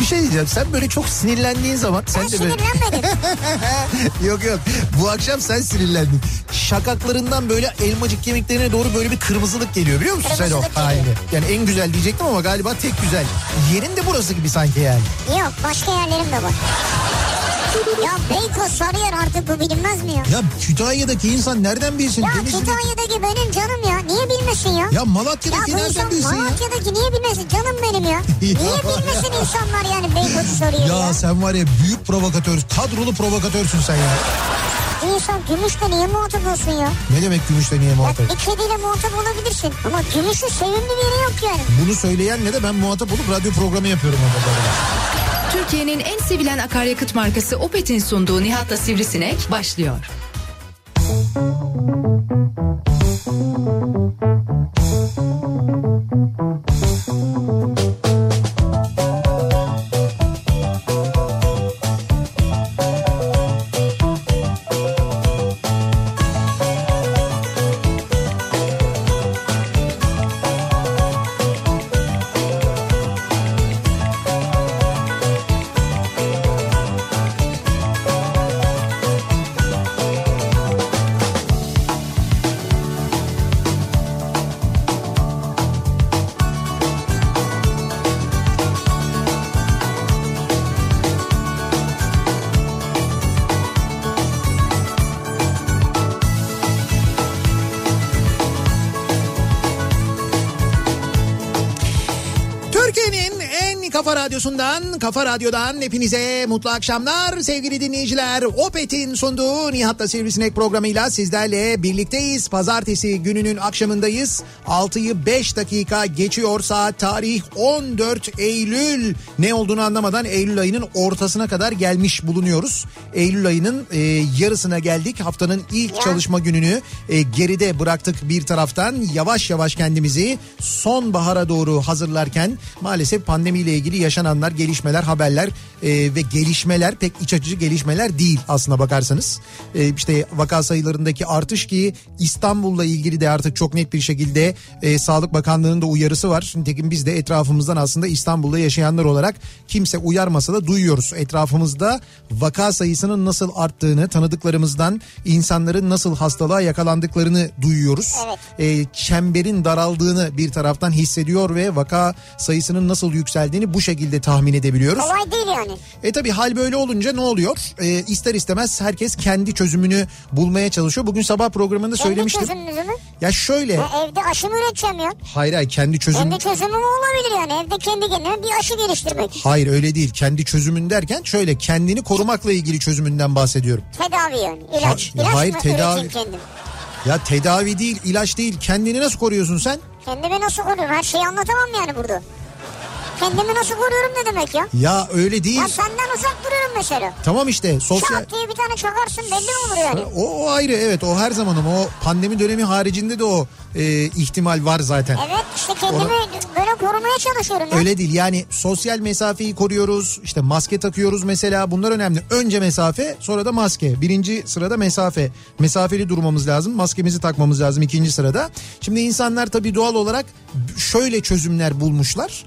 şey diyeceğim. Sen böyle çok sinirlendiğin zaman... Ben sen de böyle... sinirlenmedim. Yok. Bu akşam sen sinirlendin. Şakaklarından böyle elmacık kemiklerine doğru böyle bir kırmızılık geliyor, biliyor musun sen o halini? Yani en güzel diyecektim ama galiba tek güzel. Yerin de burası gibi sanki yani. Yok, başka yerlerim de var. Ya Beykoz, Sarıyer, artık bu bilinmez mi ya? Ya Kütahya'daki insan nereden bilsin? Ya Kütahya'daki benim canım ya. Niye bilmesin ya? Ya Malatya'daki nereden bilsin ya? Malatya'daki niye bilmesin? Canım benim ya. Niye bilmesin insanlar yani Beykoz'u Sarıyer'i ya? Ya sen var ya büyük provokatör, kadrolu provokatörsün sen ya. Bir insan gümüşle niye muhatap olsun ya? Ne demek gümüşle niye muhatap? Ya bir kediyle muhatap olabilirsin ama gümüşün sevimli bir yeri yok yani. Bunu söyleyenle de ben muhatap olup radyo programı yapıyorum orada. Türkiye'nin en sevilen akaryakıt markası Opet'in sunduğu Nihat'la Sivrisinek başlıyor. Kafa Radyo'dan hepinize mutlu akşamlar sevgili dinleyiciler. Opet'in sunduğu Nihat'la Sivrisinek programıyla sizlerle birlikteyiz. Pazartesi gününün akşamındayız. 6'yı 5 dakika geçiyor saat, tarih 14 Eylül. Ne olduğunu anlamadan Eylül ayının ortasına kadar gelmiş bulunuyoruz. Eylül ayının yarısına geldik. Haftanın ilk çalışma gününü geride bıraktık bir taraftan. Yavaş yavaş kendimizi sonbahara doğru hazırlarken maalesef pandemiyle ilgili yaşananlar, gelişmeler, haberler ve gelişmeler pek iç açıcı gelişmeler değil aslına bakarsanız. İşte vaka sayılarındaki artış ki İstanbul'la ilgili de artık çok net bir şekilde Sağlık Bakanlığı'nın da uyarısı var. Nitekim biz de etrafımızdan aslında İstanbul'da yaşayanlar olarak kimse uyarmasa da duyuyoruz. Etrafımızda vaka sayısının nasıl arttığını, tanıdıklarımızdan insanların nasıl hastalığa yakalandıklarını duyuyoruz. Evet. Çemberin daraldığını bir taraftan hissediyor ve vaka sayısının nasıl yükseldiğini bu şekilde tahmin edebiliyoruz. Kolay değil yani. Tabii hal böyle olunca ne oluyor? İster istemez herkes kendi çözümünü bulmaya çalışıyor. Bugün sabah programında söylemiştim. Kendi çözümünüzü mü? Ya şöyle. Evde aşı mı üreteceğim ya? Hayır kendi çözüm. Kendi çözümü olabilir yani. Evde kendi kendine bir aşı geliştirmek. Hayır öyle değil. Kendi çözümün derken şöyle, kendini korumakla ilgili çözümünden bahsediyorum. Tedavi yani. İlaç. İlaç hayır mı tedavi. kendim? Ya tedavi değil, ilaç değil. Kendini nasıl koruyorsun sen? Kendimi nasıl koruyorum? Her şeyi anlatamam yani burada. Kendimi nasıl koruyorum ne demek ya? Ya öyle değil. Ya senden uzak duruyorum mesela. Tamam işte. Şak diye bir tane çakarsın, belli mi olur yani? O ayrı, evet, o her zaman ama o pandemi dönemi haricinde de o ihtimal var zaten. Evet işte kendimi böyle korumaya çalışıyorum. Ya. Öyle değil yani, sosyal mesafeyi koruyoruz, işte maske takıyoruz mesela, bunlar önemli. Önce mesafe, sonra da maske. Birinci sırada mesafe. Mesafeli durmamız lazım, maskemizi takmamız lazım ikinci sırada. Şimdi insanlar tabii doğal olarak şöyle çözümler bulmuşlar.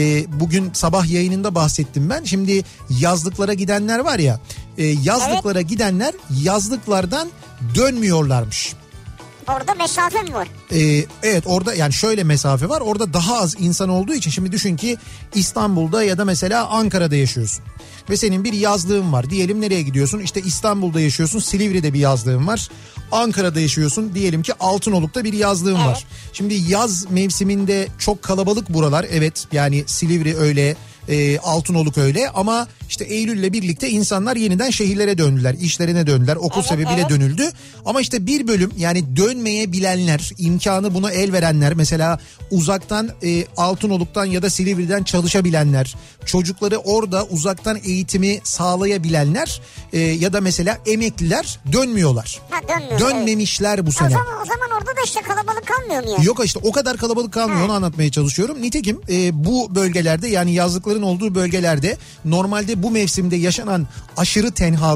Bugün sabah yayınında bahsettim ben. Şimdi yazlıklara gidenler var ya, yazlıklara gidenler yazlıklardan dönmüyorlarmış. Orada mesafe mi var? Evet, orada yani şöyle mesafe var. Orada daha az insan olduğu için, şimdi düşün ki İstanbul'da ya da mesela Ankara'da yaşıyorsun. Ve senin bir yazlığın var. Diyelim nereye gidiyorsun? İşte İstanbul'da yaşıyorsun, Silivri'de bir yazlığın var. Ankara'da yaşıyorsun, diyelim ki Altınoluk'ta bir yazlığın var. Şimdi yaz mevsiminde çok kalabalık buralar. Evet yani Silivri öyle, Altınoluk öyle, ama işte Eylül'le birlikte insanlar yeniden şehirlere döndüler, işlerine döndüler, okul sebebiyle dönüldü. Ama işte bir bölüm, yani dönmeyebilenler, imkanı buna el verenler, mesela uzaktan Altınoluk'tan ya da Silivri'den çalışabilenler, çocukları orada uzaktan eğitimi sağlayabilenler ya da mesela emekliler dönmüyorlar. Dönmemişler bu sene. O zaman orada da işte kalabalık kalmıyor mu ya? Yok işte o kadar kalabalık kalmıyor, onu anlatmaya çalışıyorum. Nitekim bu bölgelerde, yani yazlıkların olduğu bölgelerde normalde bu mevsimde yaşanan aşırı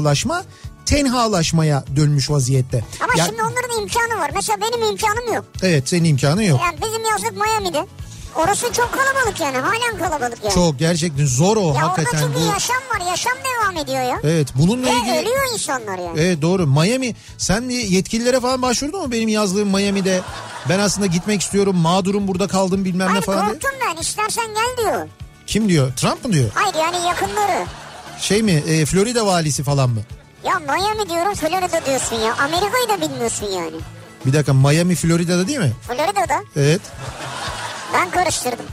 tenhalaşmaya dönmüş vaziyette. Ama şimdi onların imkanı var. Mesela benim imkanım yok. Evet, senin imkanın yok. Yani bizim yazlık Miami'de. Orası çok kalabalık yani. Halen kalabalık yani. Çok, gerçekten zor o ya hakikaten. Orada çünkü yaşam var. Yaşam devam ediyor ya. Evet, bununla ilgili. Ölüyor insanlar yani. Evet, doğru. Miami, sen yetkililere falan başvurdun mu? Benim yazdığım Miami'de ben aslında gitmek istiyorum, mağdurum, burada kaldım bilmem ne falan. Hayır, korktum ben, istersen gel diyor. Kim diyor? Trump mı diyor? Hayır, yani yakınları. Şey mi, Florida valisi falan mı? Ya Miami diyorum, Florida diyorsun ya. Amerika'yı da bilmiyorsun yani. Bir dakika, Miami Florida'da değil mi? Florida'da. Evet. Ben karıştırdım.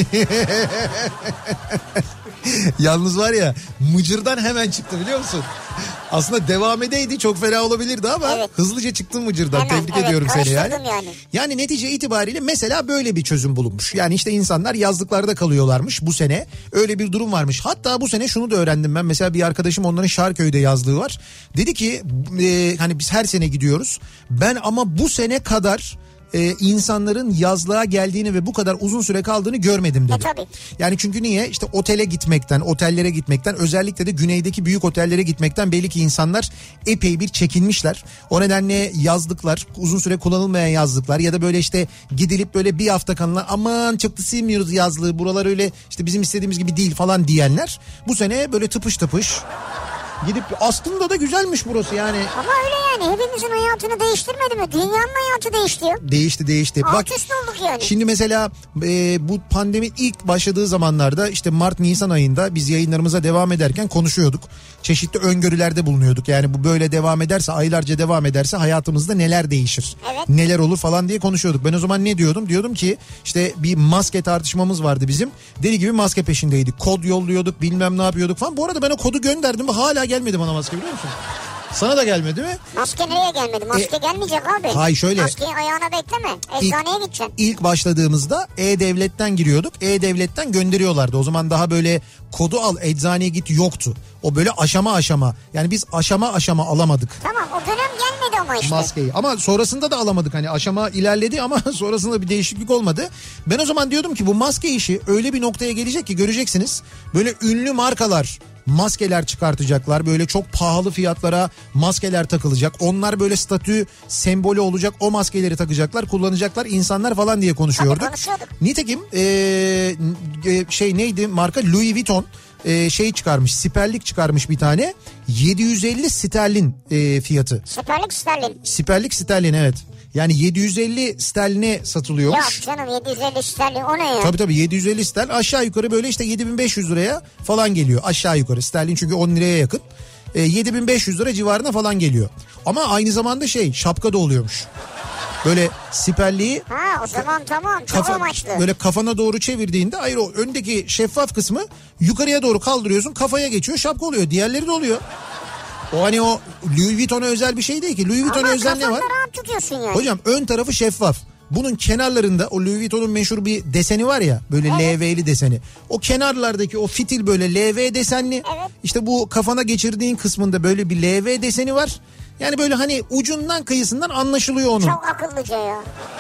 Yalnız var ya, mıcırdan hemen çıktı biliyor musun? Aslında devam edeydi çok fena olabilirdi ama evet, hızlıca çıktın mıcırdan. Hemen, tebrik ediyorum seni yani. Yani. Yani netice itibariyle mesela böyle bir çözüm bulunmuş. Yani işte insanlar yazlıklarda kalıyorlarmış bu sene. Öyle bir durum varmış. Hatta bu sene şunu da öğrendim ben. Mesela bir arkadaşım, onların Şarköy'de yazlığı var. Dedi ki hani biz her sene gidiyoruz. Ben ama bu sene kadar insanların yazlığa geldiğini ve bu kadar uzun süre kaldığını görmedim dedi. Tabii. Yani çünkü niye? İşte otele gitmekten, otellere gitmekten, özellikle de güneydeki büyük otellere gitmekten belli ki insanlar epey bir çekinmişler. O nedenle yazlıklar, uzun süre kullanılmayan yazlıklar ya da böyle işte gidilip böyle bir hafta kalınan, aman çok da sevmiyoruz yazlığı, buralar öyle işte bizim istediğimiz gibi değil falan diyenler bu sene böyle tıpış tıpış gidip, aslında da güzelmiş burası yani. Ama öyle yani, hepimizin hayatını değiştirmedi mi? Dünyanın hayatı değişti. Değişti. Alt üst olduk yani. Şimdi mesela bu pandemi ilk başladığı zamanlarda işte Mart-Nisan ayında biz yayınlarımıza devam ederken konuşuyorduk. Çeşitli öngörülerde bulunuyorduk. Yani bu böyle devam ederse, aylarca devam ederse hayatımızda neler değişir? Evet. Neler olur falan diye konuşuyorduk. Ben o zaman ne diyordum? Diyordum ki işte bir maske tartışmamız vardı bizim. Deli gibi maske peşindeydik. Kod yolluyorduk, bilmem ne yapıyorduk falan. Bu arada ben o kodu gönderdim. Hala gelmedi bana maske, biliyor musun? Sana da gelmedi mi? Maske nereye gelmedi? Maske gelmeyecek abi. Hayır, şöyle. Maskeyi ayağına bekleme. Eczaneye gideceksin. İlk başladığımızda E-Devlet'ten giriyorduk. E-Devlet'ten gönderiyorlardı. O zaman daha böyle kodu al, eczaneye git yoktu. O böyle aşama aşama. Yani biz aşama aşama alamadık. Tamam, o dönem gelmedi ama işte. Maskeyi. Ama sonrasında da alamadık. Hani aşama ilerledi ama sonrasında bir değişiklik olmadı. Ben o zaman diyordum ki bu maske işi öyle bir noktaya gelecek ki göreceksiniz. Böyle ünlü markalar maskeler çıkartacaklar. Böyle çok pahalı fiyatlara maskeler takılacak. Onlar böyle statü sembolü olacak. O maskeleri takacaklar, kullanacaklar insanlar falan diye konuşuyorduk. Nitekim neydi marka? Louis Vuitton çıkarmış, siperlik çıkarmış bir tane. 750 sterlin fiyatı. Siperlik sterlin, evet. Yani 750 sterline satılıyormuş. Yok canım, 750 sterlin o ne ya? Tabii 750 sterlin aşağı yukarı böyle işte 7500 liraya falan geliyor. Aşağı yukarı, sterlin çünkü 10 liraya yakın. 7500 lira civarına falan geliyor. Ama aynı zamanda şapka da oluyormuş. Böyle siperliği... Ha, o zaman tamam, çok amaçlı. Böyle kafana doğru çevirdiğinde, hayır, o öndeki şeffaf kısmı yukarıya doğru kaldırıyorsun, kafaya geçiyor, şapka oluyor. Diğerleri de oluyor. O hani o Louis Vuitton'a özel bir şey değil ki. Louis Vuitton'a özel ne var? Ama kafanda rahat tutuyorsun yani. Hocam ön tarafı şeffaf. Bunun kenarlarında o Louis Vuitton'un meşhur bir deseni var ya, böyle evet, LV'li deseni. O kenarlardaki o fitil böyle LV desenli. Evet. İşte bu kafana geçirdiğin kısmında böyle bir LV deseni var. Yani böyle hani ucundan kıyısından anlaşılıyor onun. Çok akıllıca ya.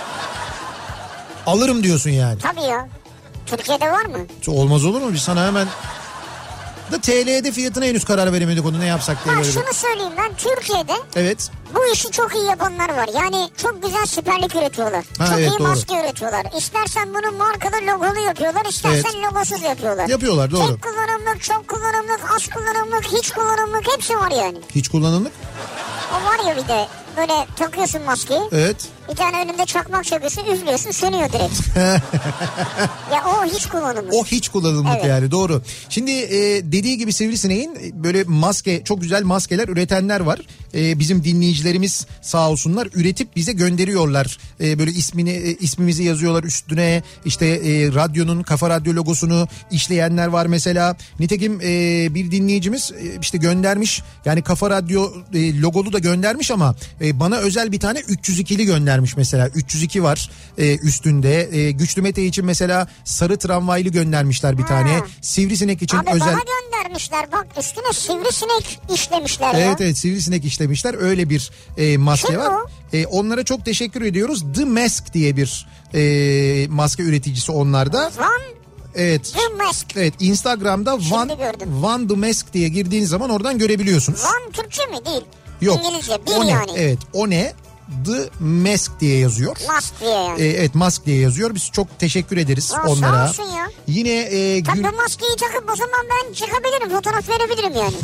Alırım diyorsun yani. Tabii ya. Türkiye'de var mı? Olmaz olur mu? Biz sana hemen... Da TL'de fiyatına henüz karar veremedik, onu ne yapsak diye. Şunu söyleyeyim ben, Türkiye'de evet, bu işi çok iyi yapanlar var. Yani çok güzel siperlik üretiyorlar. Çok iyi maske üretiyorlar. İstersen bunu markalı logolu yapıyorlar, istersen logosuz yapıyorlar. Yapıyorlar, doğru. Tek kullanımlık, çok kullanımlık, az kullanımlık, hiç kullanımlık, hepsi var yani. Hiç kullanımlık? O var ya, bir de böyle takıyorsun maskeyi. Evet. Bir tane önünde çakmak çakıyorsun, üflüyorsun, sönüyor direkt. Ya o hiç kullanımlık. O hiç kullanımlık, evet, yani doğru. Şimdi dediği gibi Sivrisineğin böyle maske, çok güzel maskeler üretenler var. Bizim dinleyicilerimiz sağ olsunlar, üretip bize gönderiyorlar. Böyle ismimizi yazıyorlar üstüne. İşte radyonun, Kafa Radyo logosunu işleyenler var mesela. Nitekim bir dinleyicimiz işte göndermiş. Yani Kafa Radyo logolu da göndermiş ama bana özel bir tane 302'li göndermiş mesela. 302 var üstünde. Güçlü Mete için mesela sarı tramvaylı göndermişler bir tane. Sivrisinek için abi özel. Bana göndermişler bak, üstüne sivrisinek işlemişler ya. Evet, sivrisinek işlemişler. Öyle bir maske kim var. Onlara çok teşekkür ediyoruz. The Mask diye bir maske üreticisi onlarda. Evet. The Mask. Evet, Instagram'da One The Mask diye girdiğin zaman oradan görebiliyorsunuz. One Türkçe mi değil? Yok. İngilizce. O ne? Yani. Evet, o ne? The Mask diye yazıyor. Mask diye yani. Evet, Mask diye yazıyor. Biz çok teşekkür ederiz onlara. Sağ olsun ya. Yine tabii maskeyi takıp o zaman ben çıkabilirim, fotoğraf verebilirim yani.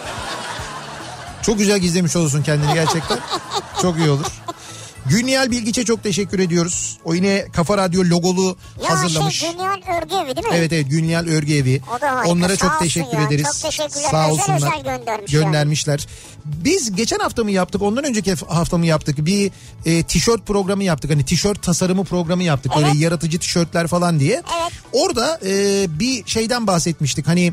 Çok güzel gizlemiş olursun kendini gerçekten. Çok iyi olur. Günyal Bilgiç'e çok teşekkür ediyoruz. O yine Kafa Radyo logolu hazırlamış. Günyal Örgü Evi değil mi? Evet Günyal Örgü Evi. O da harika. Onlara çok teşekkür ederiz. Çok teşekkürler. Sağ olsunlar. Özel göndermişler. Biz geçen hafta mı yaptık, ondan önceki hafta mı yaptık? Bir tişört programı yaptık. Hani tişört tasarımı programı yaptık. Evet. Böyle yaratıcı tişörtler falan diye. Evet. Orada bir şeyden bahsetmiştik. Hani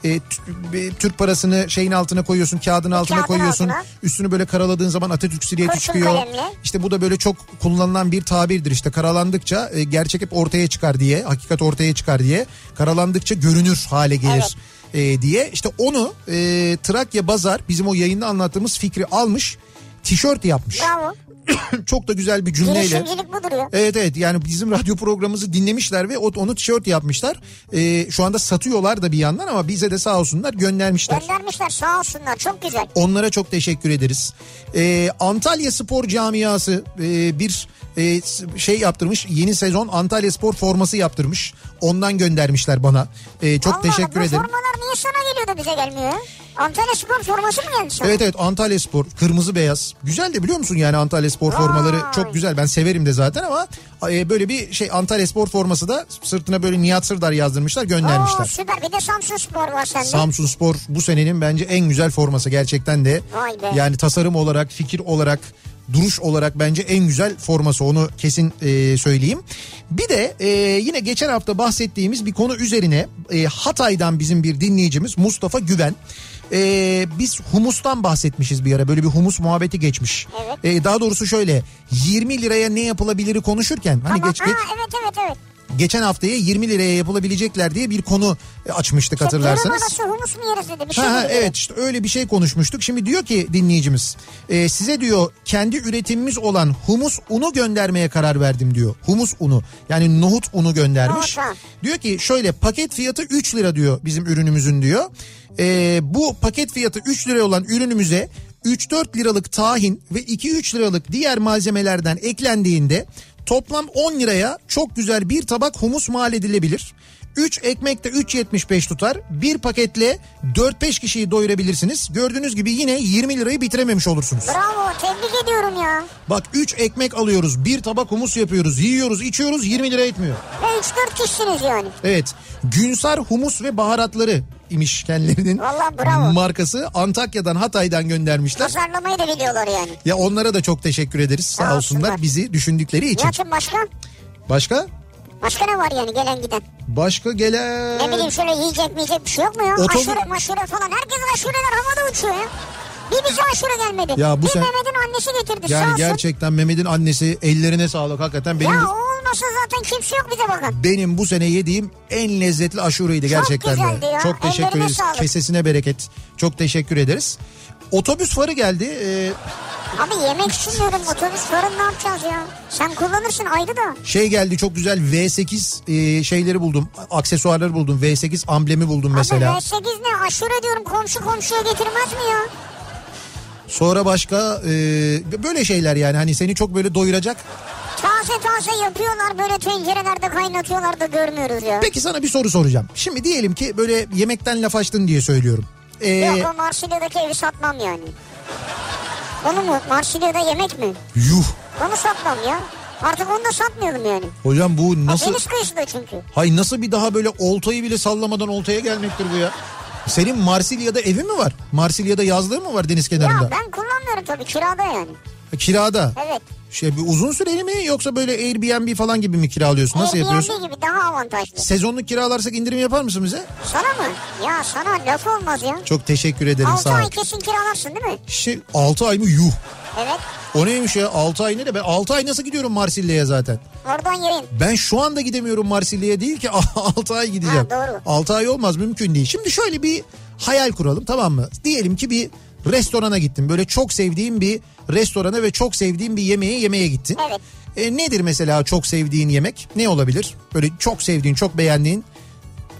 Türk parasını şeyin altına koyuyorsun, kağıdın altına koyuyorsun. Üstünü böyle karaladığın zaman Atatürk silüeti çıkıyor. Kalemli. İşte bu da böyle çok kullanılan bir tabirdir. İşte karalandıkça gerçek hep ortaya çıkar diye, hakikat ortaya çıkar diye. Karalandıkça görünür hale gelir. Evet. Diye işte onu Trakya Bazar bizim o yayında anlattığımız fikri almış, tişört yapmış. Bravo. Çok da güzel bir cümleyle. Girişimcilik budur ya. Evet yani bizim radyo programımızı dinlemişler ve onu tişört yapmışlar. Şu anda satıyorlar da bir yandan ama bize de sağ olsunlar göndermişler. Göndermişler, sağ olsunlar, çok güzel. Onlara çok teşekkür ederiz. Antalya Spor Camiası bir şey yaptırmış. Yeni sezon Antalya Spor forması yaptırmış. Ondan göndermişler bana. Çok Allah teşekkür ederim. Bu formalar niye sana geliyor da bize gelmiyor? Antalya Spor forması mı geldi sana? Evet Antalya Spor kırmızı beyaz. Güzel de biliyor musun yani Antalya Spor formaları çok güzel. Ben severim de zaten ama böyle bir şey Antalya Spor forması da sırtına böyle Nihat Sırdar yazdırmışlar, göndermişler. Süper, bir de Samsun Spor var sende. Samsun Spor bu senenin bence en güzel forması gerçekten de. Vay be. Yani tasarım olarak, fikir olarak, duruş olarak bence en güzel forması, onu kesin söyleyeyim. Bir de yine geçen hafta bahsettiğimiz bir konu üzerine Hatay'dan bizim bir dinleyicimiz Mustafa Güven. Biz humustan bahsetmişiz bir ara, böyle bir humus muhabbeti geçmiş. Evet. Daha doğrusu şöyle 20 liraya ne yapılabiliri konuşurken hani evet. Geçen haftaya 20 liraya yapılabilecekler diye bir konu açmıştık, hatırlarsanız. Humus mu yeriz dedi bir şey. Evet işte öyle bir şey konuşmuştuk. Şimdi diyor ki dinleyicimiz size diyor kendi üretimimiz olan humus unu göndermeye karar verdim diyor. Humus unu yani nohut unu göndermiş. Diyor ki şöyle paket fiyatı 3 lira diyor bizim ürünümüzün diyor. Bu paket fiyatı 3 lira olan ürünümüze 3-4 liralık tahin ve 2-3 liralık diğer malzemelerden eklendiğinde toplam 10 liraya çok güzel bir tabak humus mal edilebilir. 3 ekmek de 3.75 tutar. Bir paketle 4-5 kişiyi doyurabilirsiniz. Gördüğünüz gibi yine 20 lirayı bitirememiş olursunuz. Bravo, tebrik ediyorum ya. Bak 3 ekmek alıyoruz, bir tabak humus yapıyoruz, yiyoruz, içiyoruz, 20 lira etmiyor. Ve 3-4 kişisiniz yani. Evet. Günsar Humus ve Baharatları imiş kendilerinin markası. Antakya'dan, Hatay'dan göndermişler. Pazarlamayı da biliyorlar yani. Ya onlara da çok teşekkür ederiz. Sağ olsunlar bizi düşündükleri için. Nihat'cığım başka? Başka? Başka ne var yani gelen giden? Başka gelen... Ne bileyim şöyle yiyecek bir şey yok mu ya? Aşure falan. Herkesin aşureler havada uçuyor ya. Bir bize aşure gelmedi. Ya bu Mehmet'in annesi getirdi. Yani gerçekten Mehmet'in annesi, ellerine sağlık hakikaten. Benim, ya o olmasa zaten kimse yok bize bakın. Benim bu sene yediğim en lezzetli aşureydi gerçekten. Çok güzeldi ya. Çok teşekkür ederiz. Sağlık. Kesesine bereket. Çok teşekkür ederiz. Otobüs farı geldi. Abi yemek için diyorum, otobüs farını ne yapacağız ya? Sen kullanırsın ayrı da. Şey geldi çok güzel, V8 şeyleri buldum. Aksesuarları buldum. V8 amblemi buldum mesela. Abi V8 ne? Aşure diyorum, komşu komşuya getirmez mi ya? Sonra başka böyle şeyler yani hani seni çok böyle doyuracak. Taze yapıyorlar böyle, tencerelerde kaynatıyorlar da görmüyoruz ya. Peki sana bir soru soracağım. Şimdi diyelim ki böyle yemekten laf açtın diye söylüyorum. Yok, o Marsilya'daki evi satmam yani. Onu mu? Marsilya'da yemek mi? Yuh. Onu satmam ya. Artık onu da satmıyorum yani. Hocam bu nasıl... Deniz kıyısında çünkü. Hay nasıl bir daha böyle oltayı bile sallamadan oltaya gelmektir bu ya? Senin Marsilya'da evin mi var? Marsilya'da yazlığın mı var deniz kenarında? Ya ben kullanmıyorum tabii, kirada yani. Kirada? Evet. Bir uzun süreli mi yoksa böyle Airbnb falan gibi mi kiralıyorsun? Nasıl yapıyorsun? Airbnb gibi daha avantajlı. Sezonluk kiralarsak indirim yapar mısın bize? Sana mı? Ya sana laf olmaz ya. Çok teşekkür ederim, sağ ol. 6 ay kesin kiralarsın değil mi? 6 ay mı? Yuh. Evet. O neymiş ya? 6 ay ne de? Ben 6 ay nasıl gidiyorum Marsilya'ya zaten? Oradan yerin. Ben şu anda gidemiyorum Marsilya'ya, değil ki 6 ay gideceğim. Ha, doğru. 6 ay olmaz, mümkün değil. Şimdi şöyle bir hayal kuralım, tamam mı? Diyelim ki bir restorana gittin. Böyle çok sevdiğin bir restorana ve çok sevdiğin bir yemeği yemeye gittin. Evet. Nedir mesela çok sevdiğin yemek? Ne olabilir? Böyle çok sevdiğin, çok beğendiğin.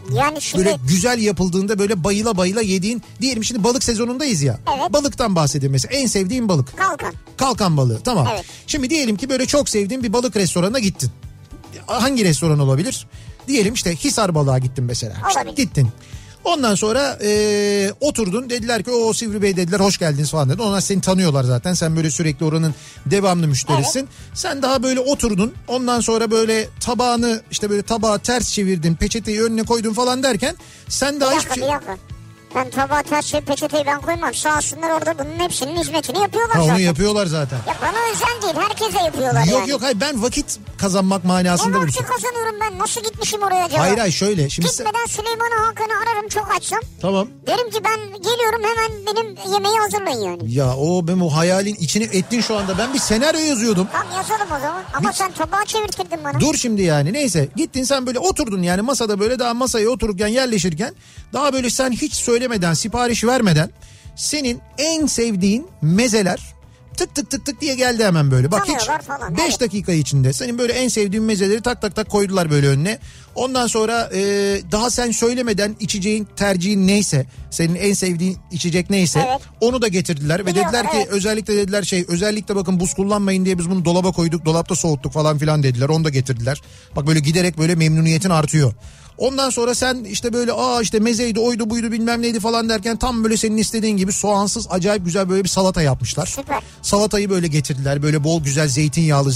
Yani şimdi... Böyle güzel yapıldığında böyle bayıla bayıla yediğin, diyelim şimdi balık sezonundayız ya. Evet. Balıktan bahsedeyim mesela, en sevdiğin balık. Kalkan. Kalkan balığı, tamam. Evet. Şimdi diyelim ki böyle çok sevdiğin bir balık restoranına gittin. Hangi restoran olabilir? Diyelim işte Hisar Balığa gittin mesela. İşte gittin. Ondan sonra oturdun, dediler ki o Sivri Bey dediler, hoş geldiniz falan dedi. Onlar seni tanıyorlar zaten, sen böyle sürekli oranın devamlı müşterisin. Evet. Sen daha böyle oturdun, ondan sonra böyle tabağını işte böyle tabağı ters çevirdin, peçeteyi önüne koydun falan derken sen daha hiçbir şey... Bir dakika. Ben tabağa ters peçeteyi ben koymam. Sağ olsunlar orada bunun hepsinin hizmetini yapıyorlar zaten. Onu yapıyorlar zaten. Ya bana özel değil, herkese yapıyorlar yok, yani. Yok hayır, ben vakit kazanmak manasında. Ne vakti kazanıyorum ben? Nasıl gitmişim oraya acaba? Hayır şöyle. Şimdi gitmeden Süleyman'ı, Hakan'ı ararım çok açsam. Tamam. Derim ki ben geliyorum, hemen benim yemeği hazırlayın yani. Ya ben o hayalin içine ettin şu anda. Ben bir senaryo yazıyordum. Tamam yazalım o zaman. Ama sen tabağı çevirtirdin bana. Dur şimdi yani, neyse. Gittin sen böyle oturdun yani masada, böyle daha masaya otururken, yerleşirken, daha böyle sen hiç söylemeden, sipariş vermeden senin en sevdiğin mezeler tık tık tık tık diye geldi hemen böyle. Bak hiç 5 dakika içinde senin böyle en sevdiğin mezeleri tak tak tak koydular böyle önüne. Ondan sonra daha sen söylemeden içeceğin, tercihin neyse, senin en sevdiğin içecek neyse, evet, onu da getirdiler. Ve dediler ki özellikle dediler özellikle bakın buz kullanmayın diye biz bunu dolaba koyduk, dolapta soğuttuk falan filan dediler. Onu da getirdiler. Bak böyle giderek böyle memnuniyetin artıyor. Ondan sonra sen işte böyle işte mezeydi, oydu buydu bilmem neydi falan derken tam böyle senin istediğin gibi soğansız acayip güzel böyle bir salata yapmışlar. Süper. Salatayı böyle getirdiler, böyle bol güzel zeytinyağlı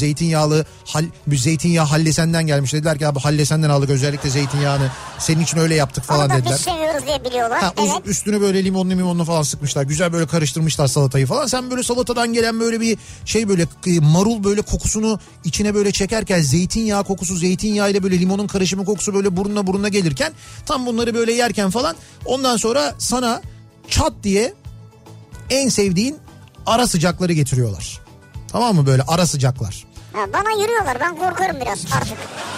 bir zeytinyağı Hallesenden gelmiş. Dediler ki abi Hallesenden aldık özellikle zeytinyağını, senin için öyle yaptık falan dediler. Onu da biz seviyoruz diye biliyorlar. Evet. Üstüne böyle limonlu falan sıkmışlar, güzel böyle karıştırmışlar salatayı falan. Sen böyle salatadan gelen böyle bir böyle marul böyle kokusunu içine böyle çekerken, zeytinyağı kokusu, zeytinyağıyla böyle limonun karışımı kokusu böyle buruna gelirken, tam bunları böyle yerken falan, ondan sonra sana çat diye en sevdiğin ara sıcakları getiriyorlar. Tamam mı, böyle ara sıcaklar. Bana yürüyorlar, ben korkarım biraz artık.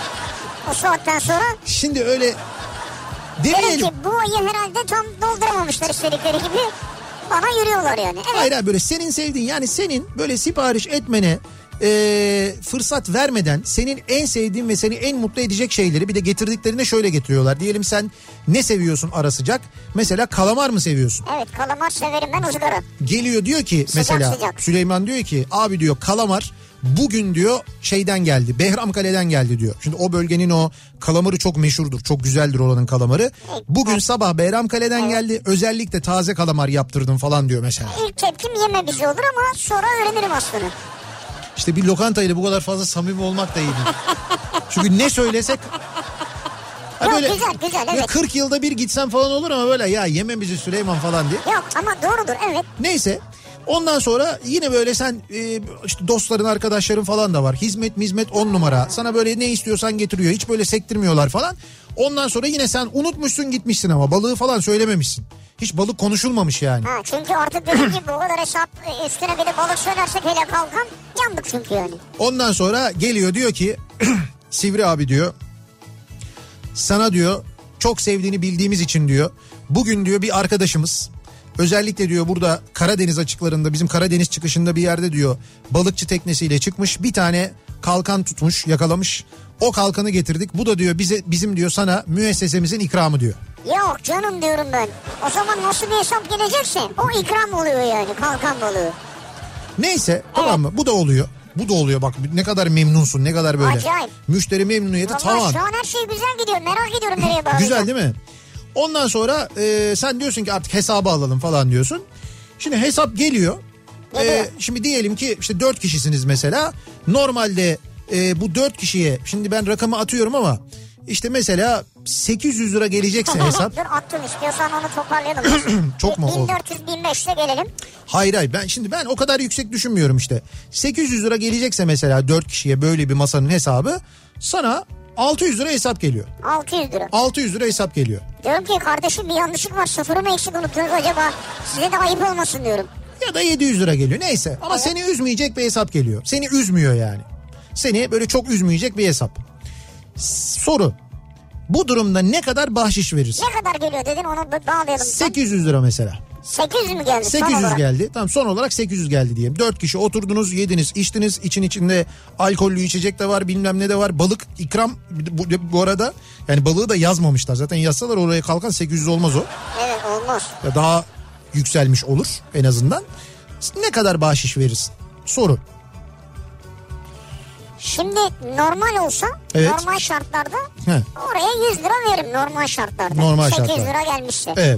O saatten sonra. Şimdi öyle demeyelim. Demek ki bu ayı herhalde tam dolduramamışlar istedikleri gibi. Bana yürüyorlar yani. Evet. Hayır böyle senin sevdiğin, yani senin böyle sipariş etmene fırsat vermeden senin en sevdiğin ve seni en mutlu edecek şeyleri bir de getirdiklerine şöyle getiriyorlar. Diyelim sen ne seviyorsun ara sıcak? Mesela kalamar mı seviyorsun? Evet, kalamar severim ben, ızgara. Geliyor diyor ki mesela sıcak. Süleyman diyor ki abi diyor kalamar bugün diyor şeyden geldi, Behramkale'den geldi diyor. Şimdi o bölgenin o kalamarı çok meşhurdur, çok güzeldir oranın kalamarı. Bugün sabah Behramkale'den geldi, özellikle taze kalamar yaptırdım falan diyor mesela. İlk tepkim yeme bizi olur ama sonra öğrenirim aslında. İşte bir lokantayla bu kadar fazla samimi olmak da iyi değil. Çünkü ne söylesek... Yok böyle, güzel evet. 40 yılda bir gitsem falan olur ama böyle ya yeme bizi Süleyman falan diye. Yok ama doğrudur, evet. Neyse, ondan sonra yine böyle sen işte dostların, arkadaşların falan da var. Hizmet 10 numara. Sana böyle ne istiyorsan getiriyor. Hiç böyle sektirmiyorlar falan. Ondan sonra yine sen unutmuşsun gitmişsin ama balığı falan söylememişsin. Hiç balık konuşulmamış yani. Çünkü artık dediğim gibi bu kadar hesap, üstüne bir de balık söylersek hele kalkan, yandık çünkü yani. Ondan sonra geliyor diyor ki Sivri abi diyor, sana diyor çok sevdiğini bildiğimiz için diyor, bugün diyor bir arkadaşımız özellikle diyor burada Karadeniz açıklarında, bizim Karadeniz çıkışında bir yerde diyor balıkçı teknesiyle çıkmış, bir tane kalkan tutmuş, yakalamış. O kalkanı getirdik. Bu da diyor bizim diyor sana müessesemizin ikramı diyor. Yok canım diyorum ben. O zaman nasıl bir hesap gelecekse o ikram oluyor yani, kalkan balığı. Neyse evet. Tamam mı? Bu da oluyor. Bak ne kadar memnunsun, ne kadar böyle. Acayip. Müşteri memnuniyeti vallahi tamam. Şu an her şey güzel gidiyor, merak ediyorum nereye bağlayacağım. Güzel değil mi? Ondan sonra sen diyorsun ki artık hesabı alalım falan diyorsun. Şimdi hesap geliyor. Şimdi diyelim ki işte 4 kişisiniz mesela. Normalde bu 4 kişiye şimdi ben rakamı atıyorum ama işte mesela 800 lira gelecekse hesap. Dur attım, istiyorsan onu toparlayalım. Çok mu oldu? 1400-1500'e gelelim. Hayır ben o kadar yüksek düşünmüyorum işte. 800 lira gelecekse mesela 4 kişiye böyle bir masanın hesabı, sana 600 lira hesap geliyor. 600 lira. 600 lira hesap geliyor. Diyorum ki kardeşim bir yanlışlık var, sıfırı mı eksik unuttunuz acaba? Size de ayıp olmasın diyorum. Ya da 700 lira geliyor neyse. Ama evet, seni üzmeyecek bir hesap geliyor. Seni üzmüyor yani. Seni böyle çok üzmeyecek bir hesap. Soru. Bu durumda ne kadar bahşiş verirsin? Ne kadar geliyor dedin, onu bağlayalım. 800 lira mesela. 800 mü geldi? 800 geldi. Tamam, son olarak 800 geldi diyelim. 4 kişi oturdunuz, yediniz, içtiniz. İçin içinde alkollü içecek de var, bilmem ne de var. Balık ikram bu arada. Yani balığı da yazmamışlar. Zaten yazsalar oraya kalkan 800 olmaz o. Evet, olmaz. Ya daha yükselmiş olur en azından. Ne kadar bahşiş verirsin? Soru. Şimdi normal olsa, evet, normal şartlarda oraya 100 lira veririm normal şartlarda. Normal 800 şartlarda. lira gelmişse. Evet.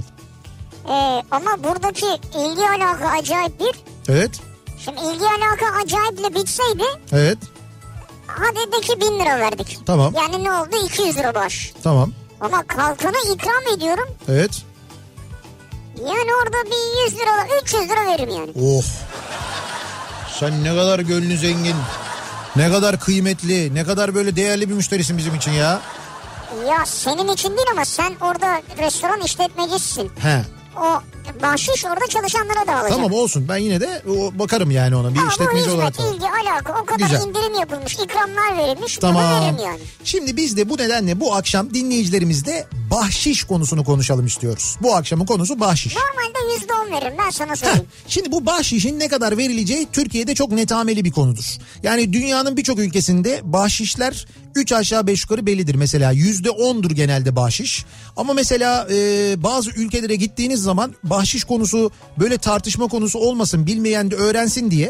Ama buradaki ilgi alaka acayip bir. Evet. Şimdi ilgi alaka acayiple bitseydi. Evet. Hadi de ki 1000 lira verdik. Tamam. Yani ne oldu? 200 lira baş. Tamam. Ama kalkana ikram ediyorum. Evet. Yani orada bir 100 lira, 300 lira veririm yani. Oh. Sen ne kadar gönlü zengin, ne kadar kıymetli, ne kadar böyle değerli bir müşterisin bizim için ya. Ya senin için değil ama sen orada restoran işletmecisisin. He. O bahşiş orada çalışanlara dağılacak. Tamam, olsun, ben yine de bakarım yani ona, bir ama işletmeci olarak. Ama bu hizmet, ilgi, alaka, o kadar güzel indirim yapılmış, ikramlar verilmiş. Tamam. Bunu veririm yani. Şimdi biz de bu nedenle bu akşam dinleyicilerimizle bahşiş konusunu konuşalım istiyoruz. Bu akşamın konusu bahşiş. Normalde %10 veririm, ben sana söyleyeyim. Şimdi bu bahşişin ne kadar verileceği Türkiye'de çok netameli bir konudur. Yani dünyanın birçok ülkesinde bahşişler 3 aşağı 5 yukarı bellidir. Mesela %10'dur genelde bahşiş. Ama mesela bazı ülkelere gittiğiniz zaman bahşiş konusu böyle tartışma konusu olmasın, bilmeyen de öğrensin diye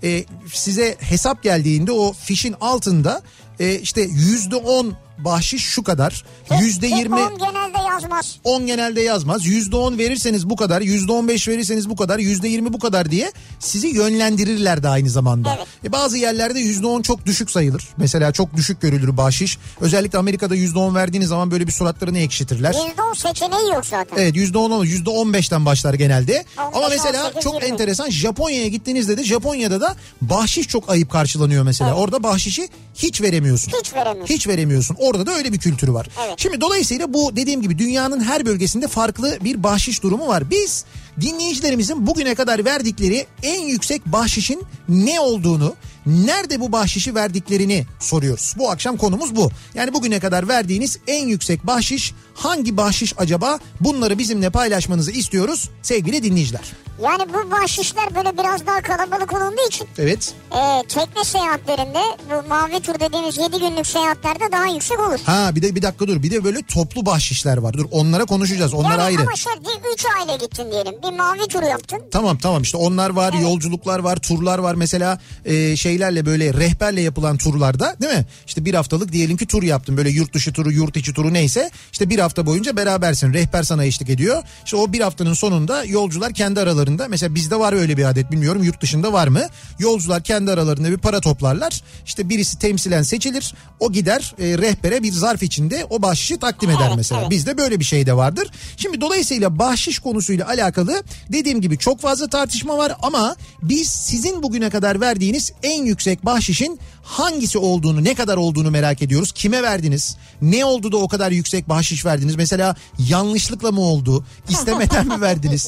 size hesap geldiğinde o fişin altında işte %10 bahşiş şu kadar, %20 10 genelde yazmaz. 10 genelde yazmaz. %10 verirseniz bu kadar, %15 verirseniz bu kadar, %20 bu kadar diye sizi yönlendirirler de aynı zamanda. Evet. Bazı yerlerde %10 çok düşük sayılır. Mesela çok düşük görülür bahşiş. Özellikle Amerika'da %10 verdiğiniz zaman böyle bir suratlarını ekşitirler. %10 seçeneği yok zaten. Evet, %10 %15'ten başlar genelde. 15, ama mesela 18, çok 20. enteresan, Japonya'ya gittiğinizde de Japonya'da da bahşiş çok ayıp karşılanıyor mesela. Evet. Orada bahşişi hiç veremiyorsun. Hiç veremiyorsun. Orada da öyle bir kültürü var. Evet. Şimdi dolayısıyla bu dediğim gibi dünyanın her bölgesinde farklı bir bahşiş durumu var. Biz dinleyicilerimizin bugüne kadar verdikleri en yüksek bahşişin ne olduğunu, nerede bu bahşişi verdiklerini soruyoruz. Bu akşam konumuz bu. Yani bugüne kadar verdiğiniz en yüksek bahşiş hangi bahşiş acaba? Bunları bizimle paylaşmanızı istiyoruz sevgili dinleyiciler. Yani bu bahşişler böyle biraz daha kalabalık olunduğu için. Evet. Tekne seyahatlerinde bu mavi tur dediğimiz 7 günlük seyahatlerde daha yüksek olur. Ha, bir dakika dur. Bir de böyle toplu bahşişler var. Dur, onlara konuşacağız. Onlar yani ayrı. Ama şöyle 3 aile gittin diyelim. Bir mavi turu yaptın. Tamam işte onlar var, evet. Yolculuklar var, turlar var. Mesela şeylerle böyle rehberle yapılan turlarda, değil mi? İşte bir haftalık diyelim ki tur yaptın. Böyle yurt dışı turu, yurt içi turu neyse. İşte bir hafta boyunca berabersin. Rehber sana eşlik ediyor. İşte o bir haftanın sonunda yolcular kendi aralarında, mesela bizde var öyle bir adet, bilmiyorum yurt dışında var mı? Yolcular kendi aralarında bir para toplarlar. İşte birisi temsilen seçilir. O gider rehbere bir zarf içinde o bahşişi takdim eder mesela. Evet. Bizde böyle bir şey de vardır. Şimdi dolayısıyla bahşiş konusuyla alakalı dediğim gibi çok fazla tartışma var ama biz sizin bugüne kadar verdiğiniz en yüksek bahşişin hangisi olduğunu, ne kadar olduğunu merak ediyoruz. Kime verdiniz? Ne oldu da o kadar yüksek bahşiş verdiniz? Mesela yanlışlıkla mı oldu? İstemeden mi verdiniz?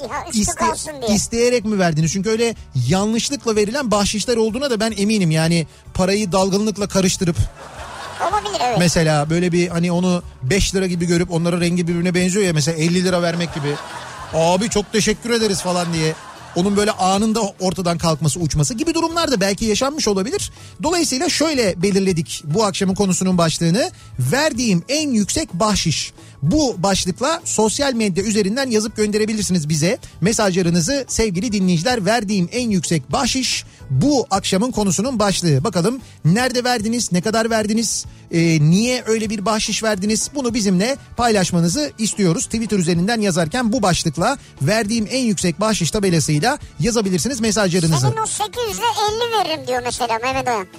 İsteyerek mi verdiniz? Çünkü öyle yanlışlıkla verilen bahşişler olduğuna da ben eminim. Yani parayı dalgınlıkla karıştırıp olabilir, evet. Mesela böyle bir hani onu 5 lira gibi görüp onların rengi birbirine benziyor ya, mesela 50 lira vermek gibi. Abi çok teşekkür ederiz falan diye. Onun böyle anında ortadan kalkması, uçması gibi durumlar da belki yaşanmış olabilir. Dolayısıyla şöyle belirledik bu akşamın konusunun başlığını. Verdiğim en yüksek bahşiş. Bu başlıkla sosyal medya üzerinden yazıp gönderebilirsiniz bize mesajlarınızı sevgili dinleyiciler. Verdiğim en yüksek bahşiş bu akşamın konusunun başlığı. Bakalım nerede verdiniz, ne kadar verdiniz, niye öyle bir bahşiş verdiniz, bunu bizimle paylaşmanızı istiyoruz. Twitter üzerinden yazarken bu başlıkla verdiğim en yüksek bahşiş tabelasıyla yazabilirsiniz mesajlarınızı. Senin o 800'e 50 veririm diyor mesela Mehmet Ayan.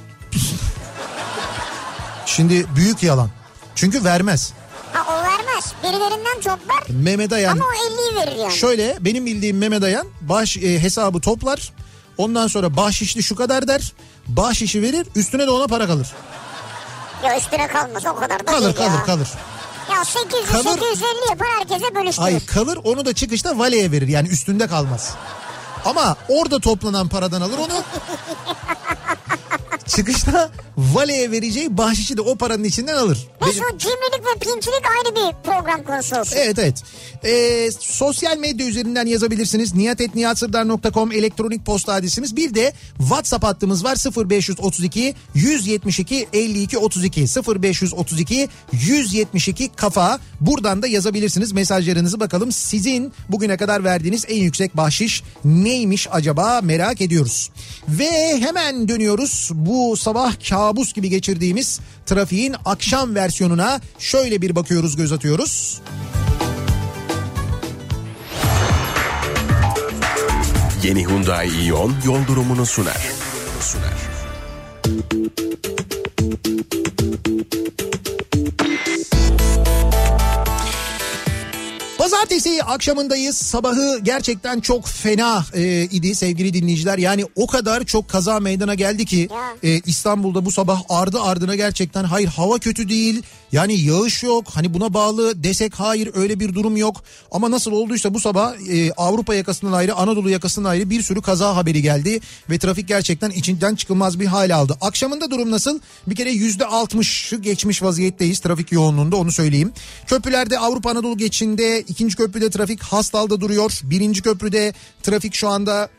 Şimdi büyük yalan. Çünkü vermez. Ha, o vermez. Birilerinden çok ver. Mehmet Ayan. Ama o 50'yi verir yani. Şöyle, benim bildiğim Mehmet Ayan hesabı toplar. Ondan sonra bahşişli şu kadar der. Bahşişi verir, üstüne de ona para kalır. Ya üstüne kalmaz, o kadar da kalır. Ya 850 yapar, herkese bölüştürür. Hayır, kalır, onu da çıkışta valeye verir, yani üstünde kalmaz. Ama orada toplanan paradan alır onu. çıkışta valeye vereceği bahşişi de o paranın içinden alır. Nasıl cimrilik ve pintilik ayrı bir program konusu olsun. Evet. Sosyal medya üzerinden yazabilirsiniz. niyatetniyatsırdar.com elektronik posta adresimiz. Bir de WhatsApp hattımız var 0532 172 52 32 0532 172 kafa. Buradan da yazabilirsiniz mesajlarınızı, bakalım sizin bugüne kadar verdiğiniz en yüksek bahşiş neymiş acaba, merak ediyoruz. Ve hemen dönüyoruz bu sabah kabus gibi geçirdiğimiz trafiğin akşam versiyonuna, şöyle bir bakıyoruz, göz atıyoruz. Yeni Hyundai Ion yol durumunu sunar. Pazartesi akşamındayız. Sabahı gerçekten çok fena idi sevgili dinleyiciler. Yani o kadar çok kaza meydana geldi ki İstanbul'da bu sabah ardı ardına gerçekten, hayır hava kötü değil. Yani yağış yok. Hani buna bağlı desek hayır, öyle bir durum yok. Ama nasıl olduysa bu sabah Avrupa yakasından ayrı, Anadolu yakasından ayrı bir sürü kaza haberi geldi. Ve trafik gerçekten içinden çıkılmaz bir hal aldı. Akşamında durum nasıl? Bir kere %60'ı geçmiş vaziyetteyiz trafik yoğunluğunda, onu söyleyeyim. Köprülerde Avrupa Anadolu geçişinde, ikinci köprüde trafik Hastal'da duruyor. Birinci köprüde trafik şu anda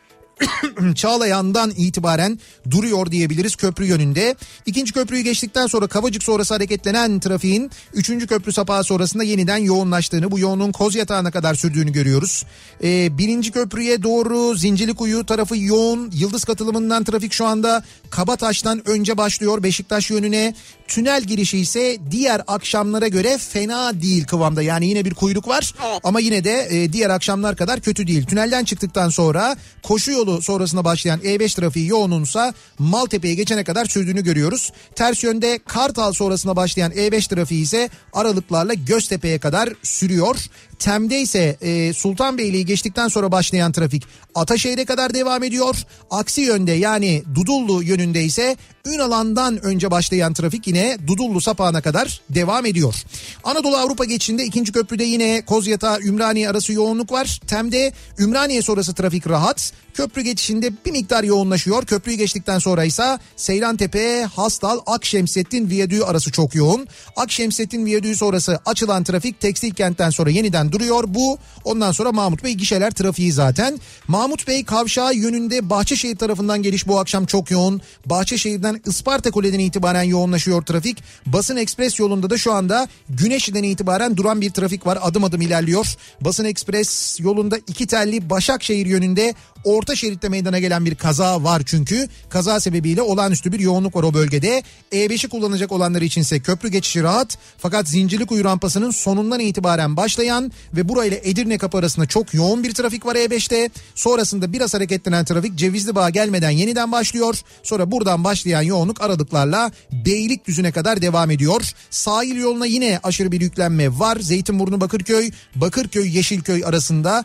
Çağlayan'dan itibaren duruyor diyebiliriz köprü yönünde. İkinci köprüyü geçtikten sonra Kavacık sonrası hareketlenen trafiğin üçüncü köprü sapağı sonrasında yeniden yoğunlaştığını, bu yoğunluğun Kozyatağı'na kadar sürdüğünü görüyoruz. Birinci köprüye doğru Zincirlikuyu tarafı yoğun. Yıldız katılımından trafik şu anda Kabataş'tan önce başlıyor Beşiktaş yönüne. Tünel girişi ise diğer akşamlara göre fena değil kıvamda. Yani yine bir kuyruk var ama yine de diğer akşamlar kadar kötü değil. Tünelden çıktıktan sonra koşu yolu sonrasında başlayan E5 trafiği yoğununsa Maltepe'ye geçene kadar sürdüğünü görüyoruz. Ters yönde Kartal sonrasında başlayan E5 trafiği ise aralıklarla Göztepe'ye kadar sürüyor. Tem'de ise Sultanbeyli'yi geçtikten sonra başlayan trafik Ataşehir'e kadar devam ediyor. Aksi yönde yani Dudullu yönünde ise Ünalan'dan önce başlayan trafik yine Dudullu sapağına kadar devam ediyor. Anadolu Avrupa geçişinde ikinci köprüde yine Kozyatağı Ümraniye arası yoğunluk var. Tem'de Ümraniye sonrası trafik rahat. Köprü geçişinde bir miktar yoğunlaşıyor. Köprüyü geçtikten sonra ise Seyrantepe, Hastal, Akşemsettin Viyadüğü arası çok yoğun. Akşemsettin Viyadüğü sonrası açılan trafik Tekstil Kent'ten sonra yeniden duruyor. Bu ondan sonra Mahmut Bey gişeler trafiği zaten. Mahmut Bey kavşağı yönünde Bahçeşehir tarafından geliş bu akşam çok yoğun. Bahçeşehir'den Isparta Kule'den itibaren yoğunlaşıyor trafik. Basın Ekspres yolunda da şu anda Güneşli'den itibaren duran bir trafik var. Adım adım ilerliyor. Basın Ekspres yolunda iki telli Başakşehir yönünde orta şeritte meydana gelen bir kaza var çünkü. Kaza sebebiyle olağanüstü bir yoğunluk var o bölgede. E5'i kullanacak olanlar içinse köprü geçişi rahat. Fakat Zincirlikuyu rampasının sonundan itibaren başlayan ve burayla Edirne Kapı arasında çok yoğun bir trafik var E5'te. Sonrasında biraz hareketlenen trafik Cevizlibağ gelmeden yeniden başlıyor. Sonra buradan başlayan yoğunluk aralıklarla Beylikdüzü'ne kadar devam ediyor. Sahil yoluna yine aşırı bir yüklenme var. Zeytinburnu Bakırköy, Bakırköy Yeşilköy arasında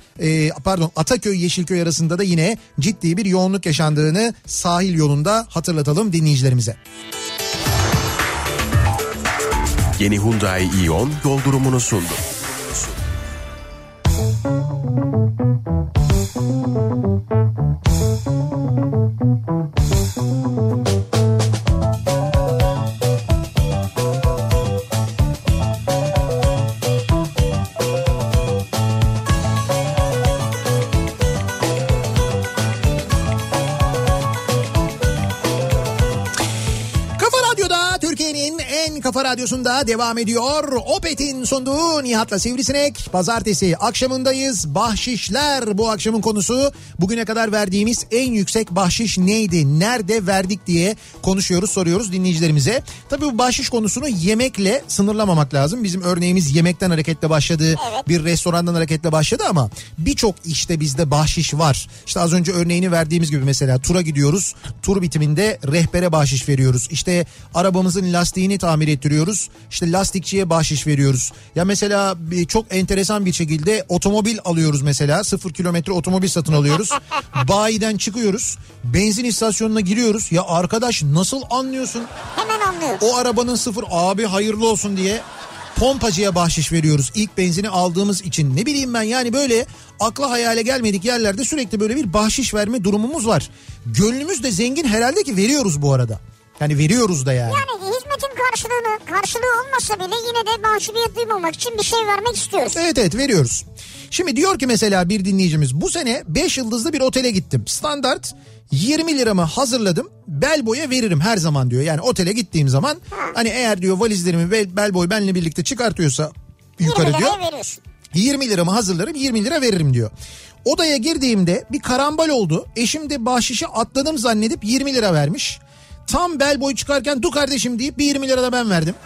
Ataköy Yeşilköy arasında da yine ciddi bir yoğunluk yaşandığını sahil yolunda hatırlatalım dinleyicilerimize. Yeni Hyundai Ion yol durumunu sundu. Kafa Radyosu'nda devam ediyor. Opet'in sunduğu Nihat'la Sivrisinek. Pazartesi akşamındayız. Bahşişler bu akşamın konusu. Bugüne kadar verdiğimiz en yüksek bahşiş neydi? Nerede verdik diye konuşuyoruz, soruyoruz dinleyicilerimize. Tabii bu bahşiş konusunu yemekle sınırlamamak lazım. Bizim örneğimiz yemekten hareketle başladı. Bir restorandan hareketle başladı ama birçok işte bizde bahşiş var. İşte az önce örneğini verdiğimiz gibi mesela tura gidiyoruz. Tur bitiminde rehbere bahşiş veriyoruz. İşte arabamızın lastiğini tamir ettiriyoruz. İşte lastikçiye bahşiş veriyoruz. Ya mesela çok enteresan bir şekilde otomobil alıyoruz mesela. 0 kilometre otomobil satın alıyoruz. Bayiden çıkıyoruz. Benzin istasyonuna giriyoruz. Ya arkadaş nasıl anlıyorsun? Hemen anlıyoruz. O arabanın sıfır abi hayırlı olsun diye pompacıya bahşiş veriyoruz. İlk benzini aldığımız için. Ne bileyim ben yani böyle akla hayale gelmedik yerlerde sürekli böyle bir bahşiş verme durumumuz var. Gönlümüz de zengin herhalde ki veriyoruz bu arada. Yani veriyoruz da yani. Yani hizmetin karşılığı olmasa bile yine de mahcubiyet duymamak için bir şey vermek istiyoruz. Evet veriyoruz. Şimdi diyor ki mesela bir dinleyicimiz, bu sene 5 yıldızlı bir otele gittim. Standart 20 liramı hazırladım, bel boya veririm her zaman diyor. Yani otele gittiğim zaman hani eğer diyor valizlerimi bel boy benle birlikte çıkartıyorsa yukarı 20 diyor. 20 liramı hazırlarım, 20 lira veririm diyor. Odaya girdiğimde bir karambol oldu. Eşim de bahşişi atladım zannedip 20 lira vermiş. Tam bel boyu çıkarken dur kardeşim deyip bir 20 lira da ben verdim.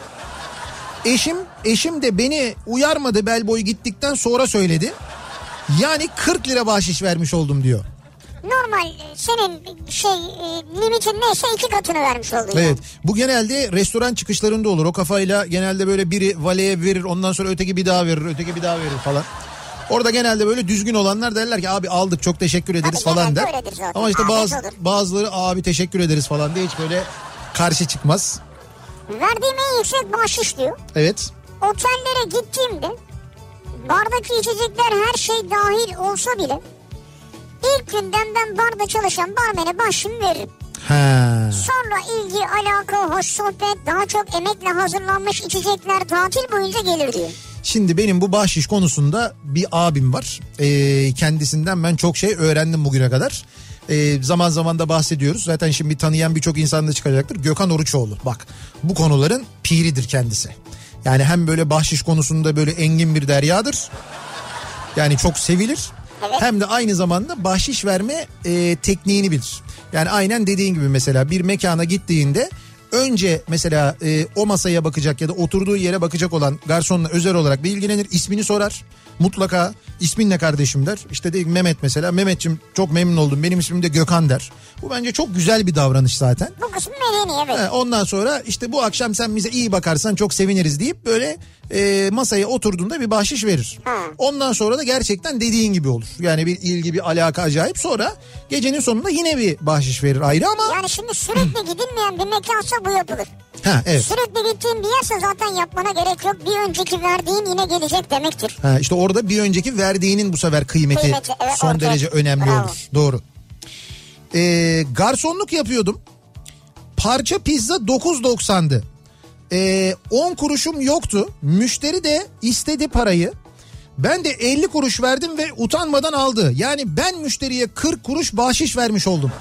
Eşim de beni uyarmadı, bel boyu gittikten sonra söyledi. Yani 40 lira bahşiş vermiş oldum diyor. Normal senin limitin neyse 2 katını vermiş oldun. Evet. Bu genelde restoran çıkışlarında olur. O kafayla genelde böyle biri valeye verir, ondan sonra öteki bir daha verir, öteki bir daha verir falan. Orada genelde böyle düzgün olanlar derler ki abi aldık çok teşekkür ederiz falan der. Ama işte bazıları abi teşekkür ederiz falan diye hiç böyle karşı çıkmaz. Verdiğim en yüksek bahşiş diyor. Evet. Otellere gittiğimde bardaki içecekler her şey dahil olsa bile ilk günden ben barda çalışan barmene bahşişimi veririm. Sonra ilgi, alaka, hoş sohbet, daha çok emekle hazırlanmış içecekler tatil boyunca gelir diyor. Şimdi benim bu bahşiş konusunda bir abim var. Kendisinden ben çok şey öğrendim bugüne kadar. Zaman zaman da bahsediyoruz. Zaten şimdi tanıyan birçok insan da çıkacaktır. Gökhan Oruçoğlu. Bak bu konuların piridir kendisi. Yani hem böyle bahşiş konusunda böyle engin bir deryadır. Yani çok sevilir. Evet. Hem de aynı zamanda bahşiş verme tekniğini bilir. Yani aynen dediğin gibi mesela bir mekana gittiğinde önce mesela o masaya bakacak ya da oturduğu yere bakacak olan garsonla özel olarak bir ilgilenir, ismini sorar. Mutlaka ismin ne kardeşim der. İşte de Mehmet mesela. Mehmetciğim çok memnun oldum, benim ismim de Gökhan der. Bu bence çok güzel bir davranış zaten. Bu kısmı medeni, evet. Ondan sonra işte bu akşam sen bize iyi bakarsan çok seviniriz deyip böyle masaya oturduğunda bir bahşiş verir. Ondan sonra da gerçekten dediğin gibi olur. Yani bir ilgi, bir alaka acayip. Sonra gecenin sonunda yine bir bahşiş verir ayrı ama. Yani şimdi sürekli gidilmeyen bir mekansa bu yapılır. Evet. Sürekli gittiğin bir yerse zaten yapmana gerek yok. Bir önceki verdiğin yine gelecek demektir. İşte orada bir önceki verdiğinin bu sefer kıymeti evet, son derece önemli olur. Doğru. Garsonluk yapıyordum. Parça pizza 9.90'dı. 10 kuruşum yoktu. Müşteri de istedi parayı. Ben de 50 kuruş verdim ve utanmadan aldı. Yani ben müşteriye 40 kuruş bahşiş vermiş oldum.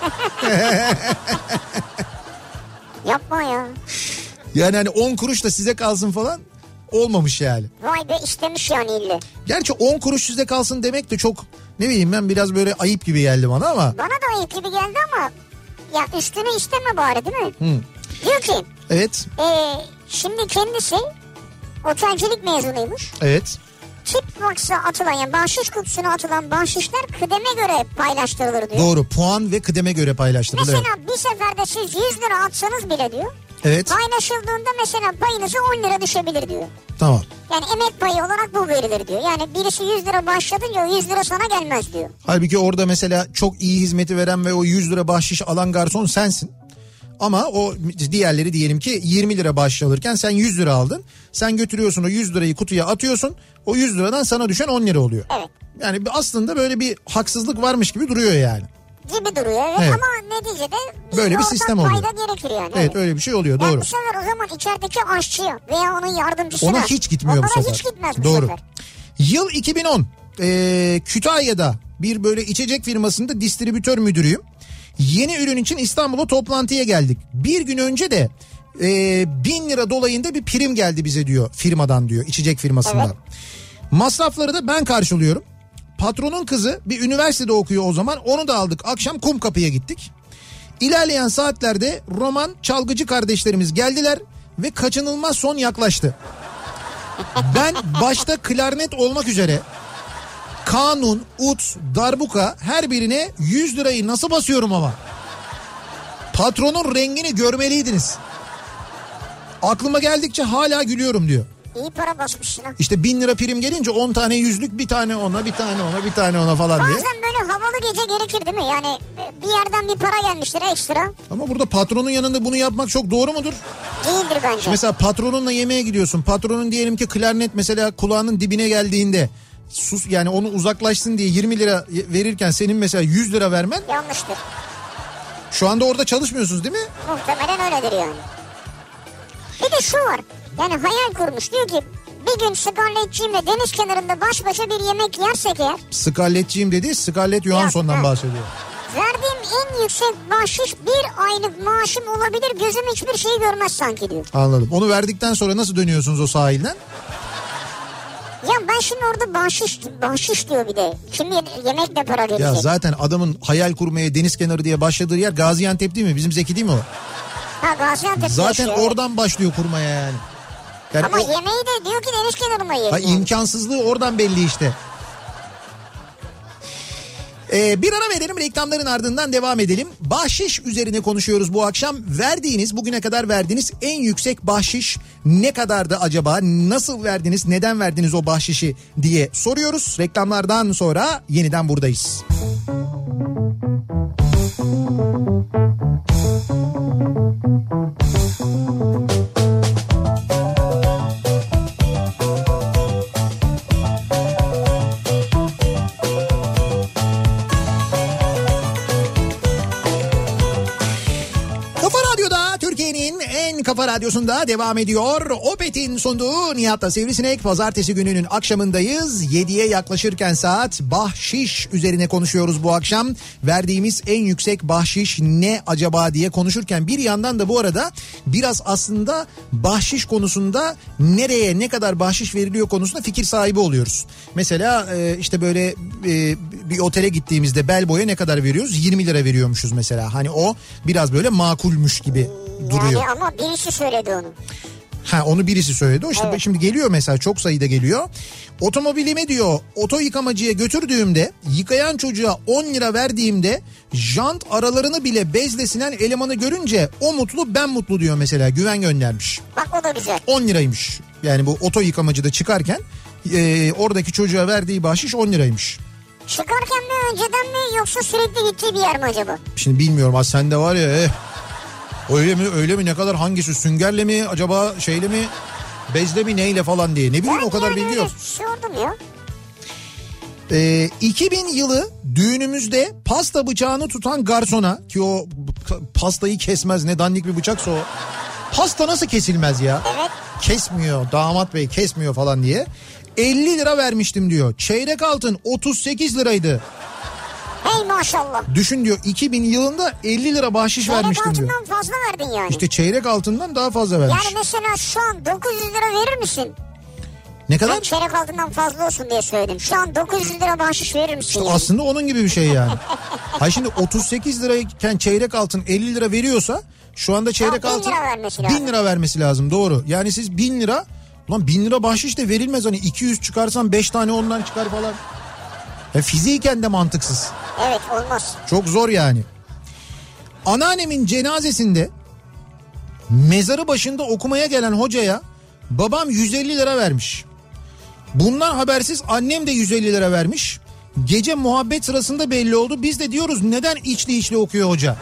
Yapma ya. Yani hani 10 kuruş da size kalsın falan olmamış yani. Vay be, istemiş yani ille. Gerçi 10 kuruş size kalsın demek de çok ne bileyim ben biraz böyle ayıp gibi geldi bana ama. Bana da ayıp gibi geldi ama ya üstüne isteme bari değil mi? Diyor ki. Evet. Şimdi kendisi otelcilik mezunuymuş. Evet. Tip box'a atılan yani bahşiş kutusuna atılan bahşişler kıdeme göre paylaştırılır diyor. Doğru, puan ve kıdeme göre paylaştırılır. Mesela bir seferde siz 100 lira atsanız bile diyor. Evet. Paylaşıldığında mesela payınıza 10 lira düşebilir diyor. Tamam. Yani emek payı olarak bu verilir diyor. Yani birisi 100 lira başladınca o 100 lira sana gelmez diyor. Halbuki orada mesela çok iyi hizmeti veren ve o 100 lira bahşiş alan garson sensin. Ama o diğerleri diyelim ki 20 lira bahşiş alırken sen 100 lira aldın. Sen götürüyorsun o 100 lirayı kutuya atıyorsun. O 100 liradan sana düşen 10 lira oluyor. Evet. Yani aslında böyle bir haksızlık varmış gibi duruyor yani. Gibi duruyor evet. Ama neticede böyle bir sistem oluyor. Fayda gerekir yani. Evet öyle bir şey oluyor, doğru. Yani bu sefer o zaman içerideki aşçıya veya onun yardımcısına. Ona hiç gitmiyor bu sefer. Hiç gitmez bu doğru. sefer. Yıl 2010 Kütahya'da bir böyle içecek firmasında distribütör müdürüyüm. Yeni ürün için İstanbul'a toplantıya geldik. Bir gün önce de 1000 lira dolayında bir prim geldi bize diyor firmadan diyor, içecek firmasından. Evet. Masrafları da ben karşılıyorum. Patronun kızı bir üniversitede okuyor o zaman, onu da aldık, akşam Kumkapı'ya gittik. İlerleyen saatlerde roman çalgıcı kardeşlerimiz geldiler ve kaçınılmaz son yaklaştı. Ben başta klarnet olmak üzere kanun, ut, darbuka her birine 100 lirayı nasıl basıyorum ama. Patronun rengini görmeliydiniz. Aklıma geldikçe hala gülüyorum diyor. İyi para basmışsın ha. İşte 1000 lira prim gelince 10 tane yüzlük, bir tane ona, bir tane ona, bir tane ona falan diye. Bazen böyle havalı gece gerekir değil mi? Yani bir yerden bir para gelmiştir ekstra. Ama burada patronun yanında bunu yapmak çok doğru mudur? Değildir bence. Mesela patronunla yemeğe gidiyorsun. Patronun diyelim ki klarnet mesela kulağının dibine geldiğinde sus, yani onu uzaklaşsın diye 20 lira verirken senin mesela 100 lira vermen. Yanlıştır. Şu anda orada çalışmıyorsunuz değil mi? Muhtemelen öyledir yani. Bir de şu var. Yani hayal kurmuş, diyor ki bir gün Scarlett'ciğimle deniz kenarında baş başa bir yemek yersek eğer. Scarlett'ciğim dedi, Scarlett Johansson'dan bahsediyor. Verdiğim en yüksek bahşiş bir aylık maaşım olabilir, gözüm hiçbir şeyi görmez sanki diyor. Anladım. Onu verdikten sonra nasıl dönüyorsunuz o sahilden? Ya ben şimdi orada bahşiş diyor bir de. Kim yemekle para verecek? Ya zaten adamın hayal kurmaya deniz kenarı diye başladığı yer Gaziantep değil mi? Bizim Zeki değil mi o? Ha, Gaziantep. Zaten oradan başlıyor kurmaya yani. Ama yemeği de diyor ki deniz kenarında yiyelim. Ha, imkansızlığı oradan belli işte. Bir ara verelim, reklamların ardından devam edelim. Bahşiş üzerine konuşuyoruz bu akşam. Bugüne kadar verdiğiniz en yüksek bahşiş ne kadardı acaba? Nasıl verdiniz, neden verdiniz o bahşişi diye soruyoruz. Reklamlardan sonra yeniden buradayız. Kafa Radyosu'nda devam ediyor. Opet'in sunduğu Nihat'la Sivrisinek. Pazartesi gününün akşamındayız. 7'ye yaklaşırken saat, bahşiş üzerine konuşuyoruz bu akşam. Verdiğimiz en yüksek bahşiş ne acaba diye konuşurken bir yandan da bu arada biraz aslında bahşiş konusunda nereye ne kadar bahşiş veriliyor konusunda fikir sahibi oluyoruz. Mesela işte böyle bir otele gittiğimizde bellboy'a ne kadar veriyoruz? 20 lira veriyormuşuz mesela. Hani o biraz böyle makulmüş gibi duruyor. Yani ama birisi söyledi onu. Ha, onu birisi söyledi. O işte evet. Şimdi geliyor mesela, çok sayıda geliyor. Otomobilime diyor oto yıkamacıya götürdüğümde yıkayan çocuğa 10 lira verdiğimde jant aralarını bile bezlesinden elemanı görünce o mutlu ben mutlu diyor mesela, Güven göndermiş. Bak o da güzel. 10 liraymış. Yani bu oto yıkamacıda çıkarken oradaki çocuğa verdiği bahşiş 10 liraymış. Çıkarken mi, önceden mi, yoksa sürekli gittiği bir yer mi acaba? Şimdi bilmiyorum, az sende var ya öyle mi ne kadar, hangisi, süngerle mi acaba, şeyle mi, bezle mi, neyle falan diye, ne bileyim ben o kadar bilgi yok. Sordum ya. 2000 yılı düğünümüzde pasta bıçağını tutan garsona, ki o pastayı kesmez, ne dandik bir bıçaksa o. Pasta nasıl kesilmez ya? Evet. Kesmiyor damat bey, kesmiyor falan diye. 50 lira vermiştim diyor. Çeyrek altın 38 liraydı. Hey maşallah. Düşün diyor, 2000 yılında 50 lira bahşiş vermiştim diyor. Çeyrek altından fazla verdin yani. İşte çeyrek altından daha fazla vermiş. Yani mesela şu an 900 lira verir misin? Ne kadar? Ben çeyrek altından fazla olsun diye söyledim. Şu an 900 lira bahşiş verir misin işte yani? Aslında onun gibi bir şey yani. Hayır, şimdi 38 lirayken çeyrek altın 50 lira veriyorsa şu anda çeyrek altın 1000 lira vermesi lazım, doğru. Yani siz 1000 lira, ulan 1000 lira bahşiş de verilmez, hani 200 çıkarsan 5 tane ondan çıkar falan. Fiziken de mantıksız. Evet, olmaz. Çok zor yani. Anneannemin cenazesinde mezarı başında okumaya gelen hocaya babam 150 lira vermiş. Bundan habersiz annem de 150 lira vermiş. Gece muhabbet sırasında belli oldu. Biz de diyoruz, neden içli okuyor hoca?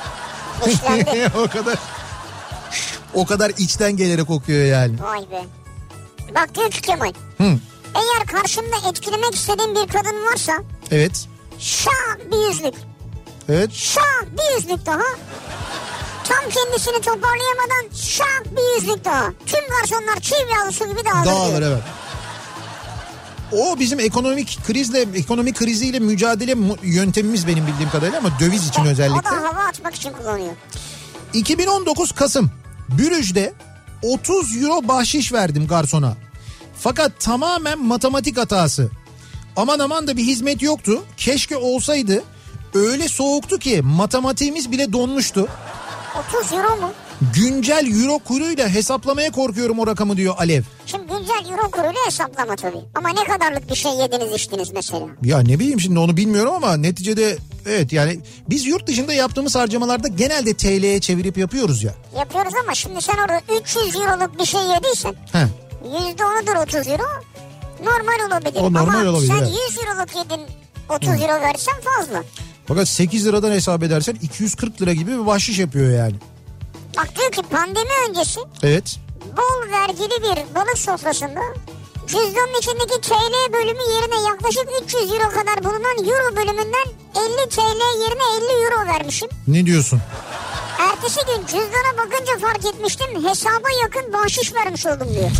o kadar içten gelerek okuyor yani. Vay be. Bak diyor ki Kemal. Eğer karşımda etkilemek istediğim bir kadın varsa. Evet. Şak bir yüzlük. Evet. Şak bir yüzlük daha. Tam kendisini toparlayamadan şak bir yüzlük daha. Tüm garsonlar çiğ yağlısı gibi dağılır diyor. Evet. O bizim ekonomik kriziyle mücadele yöntemimiz benim bildiğim kadarıyla, ama döviz için özellikle. O da hava atmak için kullanıyor. 2019 Kasım Brüj'de 30 euro bahşiş verdim garsona. Fakat tamamen matematik hatası. Aman da bir hizmet yoktu. Keşke olsaydı. Öyle soğuktu ki matematiğimiz bile donmuştu. 30 euro mu? Güncel euro kuruyla hesaplamaya korkuyorum o rakamı diyor Alev. Şimdi güncel euro kuruyla hesaplama tabii. Ama ne kadarlık bir şey yediniz içtiniz mesela? Ya ne bileyim, şimdi onu bilmiyorum ama neticede evet, yani biz yurt dışında yaptığımız harcamalarda genelde TL'ye çevirip yapıyoruz ya. Yapıyoruz ama şimdi sen orada 300 euroluk bir şey yediysen. %10'udur 30 euro. Normal olabilir. O normal ama olabilir, sen evet. 100 euroluk yedin, 30 euro versen fazla. Fakat 8 liradan hesap edersen 240 lira gibi bir bahşiş yapıyor yani. Bak diyor ki pandemi öncesi. Evet. Bol vergili bir balık sofrasında cüzdanın içindeki TL bölümü yerine yaklaşık 300 euro kadar bulunan euro bölümünden 50 TL yerine 50 euro vermişim. Ne diyorsun? Ertesi gün cüzdana bakınca fark etmiştim. Hesaba yakın bahşiş vermiş oldum diyor.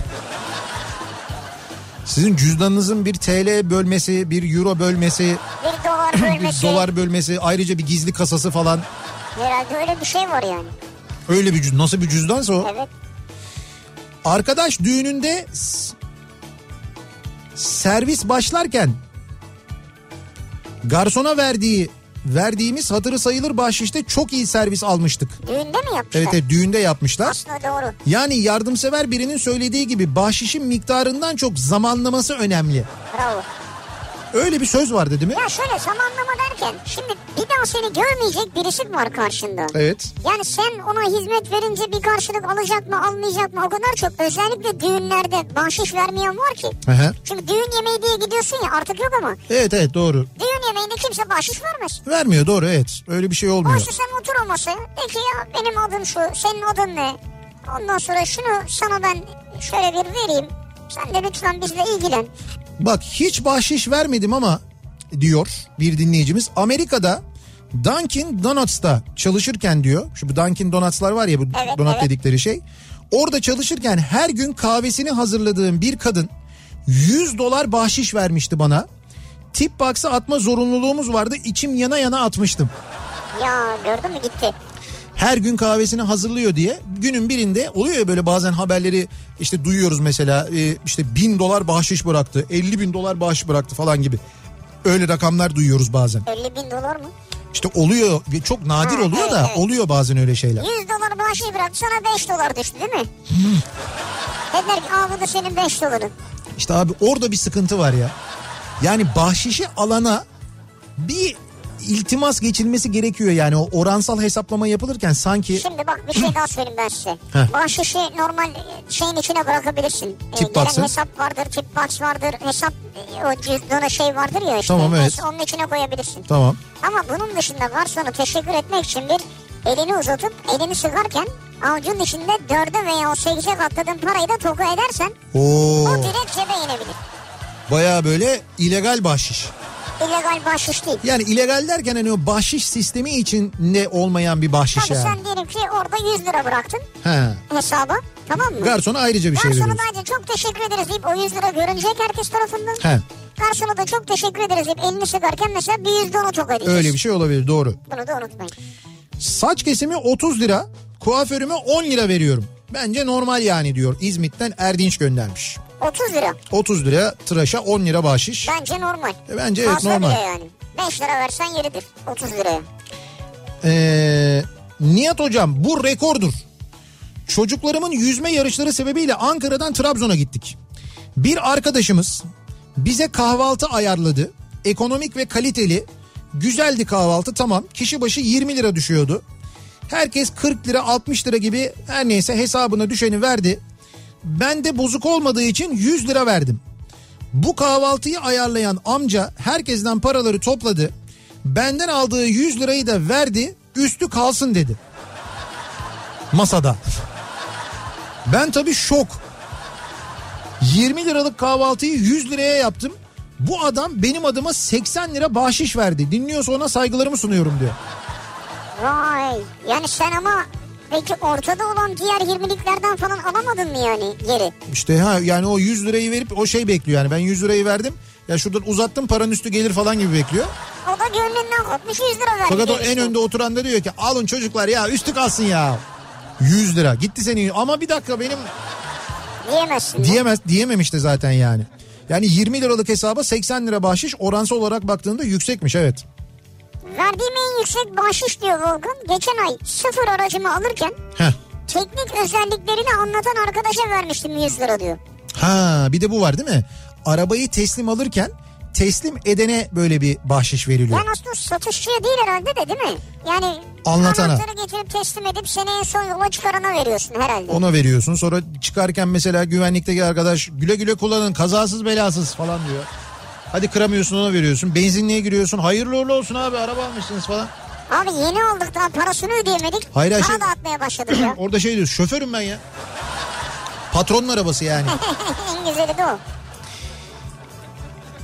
Sizin cüzdanınızın bir TL bölmesi, bir euro bölmesi, bir dolar bölmesi. bir dolar bölmesi, ayrıca bir gizli kasası falan. Herhalde öyle bir şey var yani. Öyle bir nasıl bir cüzdansa o? Evet. Arkadaş düğününde servis başlarken garsona verdiğimiz hatırı sayılır bahşişte çok iyi servis almıştık. Düğünde mi yapmışlar? Evet, düğünde yapmışlar. Aslında doğru. Yani yardımsever birinin söylediği gibi bahşişin miktarından çok zamanlaması önemli. Bravo. Öyle bir söz vardı değil mi? Ya şöyle zamanlama derken şimdi bir daha seni görmeyecek birisi var karşında. Evet. Yani sen ona hizmet verince bir karşılık alacak mı almayacak mı o kadar çok, özellikle düğünlerde bahşiş vermeyen var ki. Aha. Çünkü düğün yemeği diye gidiyorsun ya, artık yok ama. Evet doğru. Düğün yemeğinde kimse bahşiş vermez. Vermiyor, doğru, evet. Öyle bir şey olmuyor. Oysa sen otur o masaya. De ki ya benim adım şu, senin adın ne? Ondan sonra şunu sana ben şöyle bir vereyim. Sen de lütfen bizle ilgilen. Bak hiç bahşiş vermedim ama diyor bir dinleyicimiz, Amerika'da Dunkin Donuts'ta çalışırken diyor, şu bu Dunkin Donuts'lar var ya, bu evet, donut evet. dedikleri şey. Orada çalışırken her gün kahvesini hazırladığım bir kadın $100 bahşiş vermişti bana. Tip box'a atma zorunluluğumuz vardı, içim yana yana atmıştım. Ya gördün mü, gitti. Her gün kahvesini hazırlıyor diye günün birinde oluyor ya böyle, bazen haberleri işte duyuyoruz mesela, işte $1000 bahşiş bıraktı, $50.000 bahşiş bıraktı falan gibi. Öyle rakamlar duyuyoruz bazen. $50.000 mı? İşte oluyor, çok nadir oluyor evet, da evet. Oluyor bazen öyle şeyler. $100 bahşiş bıraktı, sana $5 düştü değil mi? Dediler ki bu da senin $5. İşte abi orada bir sıkıntı var ya. Yani bahşişi alana bir iltimas geçilmesi gerekiyor yani, o oransal hesaplama yapılırken sanki. Şimdi bak bir şey daha söyleyeyim ben size. Bahşişi normal şeyin içine bırakabilirsin. Gelen hesap vardır, tip box vardır, hesap o cüzdana şey vardır ya işte. Tamam, evet. Onun içine koyabilirsin. Tamam. Ama bunun dışında garsona teşekkür etmek için bir elini uzatıp elini sıkarken avucun içinde 4'e veya o 8'e katladığın parayı da toku edersen o direkt cebe inebilir. Baya böyle illegal bahşiş. İllegal bahşiş değil. Yani illegal derken hani o bahşiş sistemi içinde olmayan bir bahşiş. Tabii yani. sen diyelim ki orada 100 lira bıraktın hesaba, tamam mı? Garsona ayrıca bir şey veriyorsun. Garsona da ayrıca çok teşekkür ederiz deyip o 100 lira görünecek herkes tarafından. Garsona da çok teşekkür ederiz deyip elini sıkarken mesela bir %10'u toka edeceğiz. Öyle bir şey olabilir, doğru. Bunu da unutmayın. Saç kesimi 30 lira, kuaförüme 10 lira veriyorum. Bence normal yani diyor. İzmit'ten Erdinç göndermiş. 30 lira. 30 lira tıraşa, 10 lira bahşiş. Bence normal. Bence evet, normal. Bile yani. 5 lira versen yeridir 30 liraya. Nihat hocam, bu rekordur. Çocuklarımın yüzme yarışları sebebiyle Ankara'dan Trabzon'a gittik. Bir arkadaşımız bize kahvaltı ayarladı. Ekonomik ve kaliteli. Güzeldi kahvaltı, tamam. Kişi başı 20 lira düşüyordu. Herkes 40 lira 60 lira gibi her neyse hesabına düşeni verdi. Ben de bozuk olmadığı için 100 lira verdim. Bu kahvaltıyı ayarlayan amca herkesten paraları topladı. Benden aldığı 100 lirayı da verdi, üstü kalsın dedi. Masada. Ben tabii şok. 20 liralık kahvaltıyı 100 liraya yaptım. Bu adam benim adıma 80 lira bahşiş verdi. Dinliyorsa ona saygılarımı sunuyorum diyor. Vay, yani sen ama peki ortada olan diğer 20'liklerden falan alamadın mı yani geri? İşte yani o 100 lirayı verip o şey bekliyor yani, ben 100 lirayı verdim. Ya şuradan uzattım, paranın üstü gelir falan gibi bekliyor. O da gönlünden kopmuş 100 lira verdi. Fakat o en önde oturan da diyor ki alın çocuklar ya, üstü kalsın ya. 100 lira gitti senin, ama bir dakika benim... Diyemezsin. Diyememişti zaten yani. Yani 20 liralık hesaba 80 lira bahşiş, oransal olarak baktığında yüksekmiş, evet. Verdiğim en yüksek bahşiş diyor Volkan. Geçen ay 0 aracımı alırken teknik özelliklerini anlatan arkadaşa vermiştim 100 lira diyor. Bir de bu var değil mi? Arabayı teslim alırken teslim edene böyle bir bahşiş veriliyor. Yani aslında satışçıya değil herhalde de, değil mi? Yani anlatana. Anahtarı getirip teslim edip seni en son yola çıkarana veriyorsun herhalde. Ona veriyorsun, sonra çıkarken mesela güvenlikteki arkadaş güle güle kullanın, kazasız belasız falan diyor. Hadi kıramıyorsun, ona veriyorsun. Benzinliğe giriyorsun, hayırlı uğurlu olsun abi, araba almışsınız falan. Abi yeni aldık daha, parasını ödeyemedik. Hayır, para dağıtmaya başladık ya. Orada şey diyor, şoförüm ben ya. Patronun arabası yani. En güzeli de o.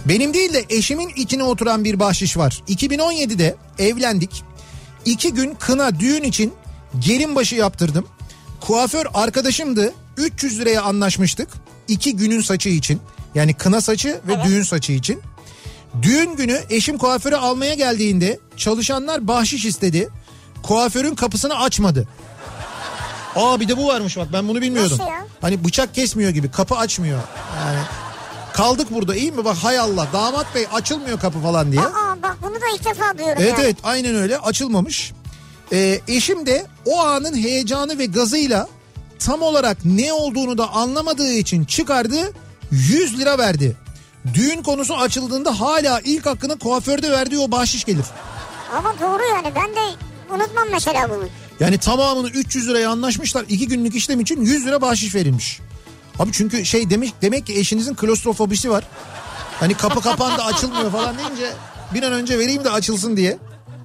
Benim değil de eşimin içine oturan bir bahşiş var. 2017'de evlendik. 2 gün kına düğün için gelin başı yaptırdım. Kuaför arkadaşımdı. 300 liraya anlaşmıştık. 2 günün saçı için. Yani kına saçı ve düğün saçı için. Düğün günü eşim kuaföre almaya geldiğinde çalışanlar bahşiş istedi. Kuaförün kapısını açmadı. Aa bir de bu varmış bak, ben bunu bilmiyordum. Nasıl ya? Hani bıçak kesmiyor gibi, kapı açmıyor. Yani kaldık burada, iyi mi? Bak hay Allah, damat bey açılmıyor kapı falan diye. Aa bak bunu da ilk defa duyuyorum. Evet yani. evet aynen öyle, açılmamış. Eşim de o anın heyecanı ve gazıyla tam olarak ne olduğunu da anlamadığı için çıkardı, 100 lira verdi. Düğün konusu açıldığında hala ilk hakkını kuaförde verdiği o bahşiş gelir. Ama doğru yani, ben de unutmam mesela bunu. Yani tamamını 300 liraya anlaşmışlar, 2 günlük işlem için 100 lira bahşiş verilmiş. Abi çünkü demek ki eşinizin klostrofobisi var. Hani kapı kapandı açılmıyor falan deyince bir an önce vereyim de açılsın diye.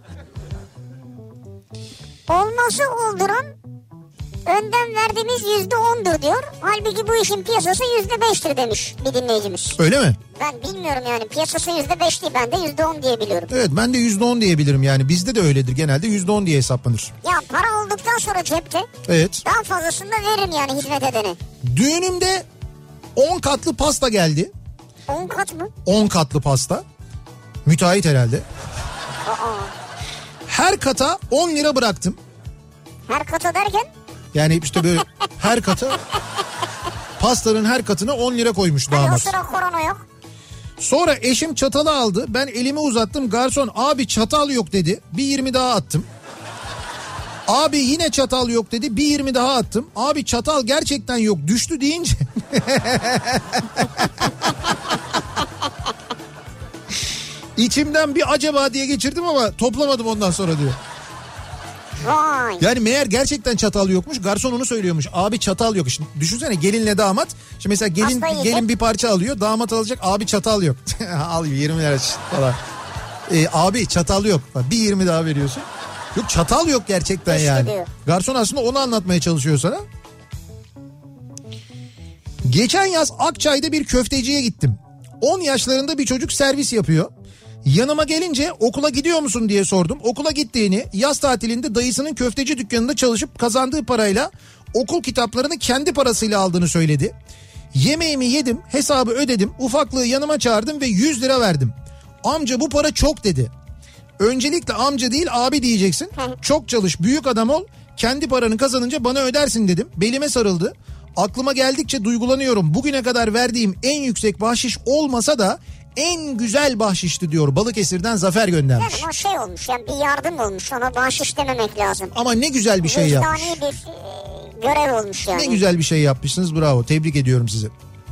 Olması olduran önden verdiğimiz %10'dur diyor. Halbuki bu işin piyasası %5'tir demiş bir dinleyicimiz. Öyle mi? Ben bilmiyorum yani, piyasası %5 değil, ben de %10 diye biliyorum. Evet ben de %10 diyebilirim yani, bizde de öyledir genelde, %10 diye hesaplanır. Ya para olduktan sonra cepte Evet. daha fazlasını da veririm yani hizmet edene. Düğünümde 10 katlı pasta geldi. 10 kat mı? 10 katlı pasta. Müteahhit herhalde. Aa. Her kata 10 lira bıraktım. Her kata derken? Yani işte böyle her kata, pastanın her katına 10 lira koymuş damat. Hani o sıra korona yok. Sonra eşim çatalı aldı. Ben elimi uzattım. Garson abi çatal yok dedi. Bir 20 daha attım. Abi yine çatal yok dedi. Bir 20 daha attım. Abi çatal gerçekten yok, düştü deyince. İçimden bir acaba diye geçirdim ama toplamadım ondan sonra diyor. Vay. Yani meğer gerçekten çatal yokmuş. Garson onu söylüyormuş. Abi çatal yok. Şimdi düşünsene, gelinle damat. Şimdi mesela gelin bir parça alıyor. Damat alacak. Abi çatal yok. Al 20 lira falan. Abi çatal yok. Bir 20 daha veriyorsun. Yok çatal yok gerçekten yani. Diyor. Garson aslında onu anlatmaya çalışıyor sana. Geçen yaz Akçay'da bir köfteciye gittim. 10 yaşlarında bir çocuk servis yapıyor. Yanıma gelince okula gidiyor musun diye sordum. Okula gittiğini, yaz tatilinde dayısının köfteci dükkanında çalışıp kazandığı parayla okul kitaplarını kendi parasıyla aldığını söyledi. Yemeğimi yedim, hesabı ödedim, ufaklığı yanıma çağırdım ve 100 lira verdim. Amca bu para çok dedi. Öncelikle amca değil abi diyeceksin. Çok çalış, büyük adam ol, kendi paranı kazanınca bana ödersin dedim. Belime sarıldı. Aklıma geldikçe duygulanıyorum. Bugüne kadar verdiğim en yüksek bahşiş olmasa da en güzel bahşişti diyor. Balıkesir'den Zafer göndermiş. Yani o şey olmuş yani, bir yardım olmuş, ona bahşiş dememek lazım. Ama ne güzel bir şey yapmış. Vicdani bir görev olmuş yani. Ne güzel bir şey yapmışsınız, bravo, tebrik ediyorum sizi.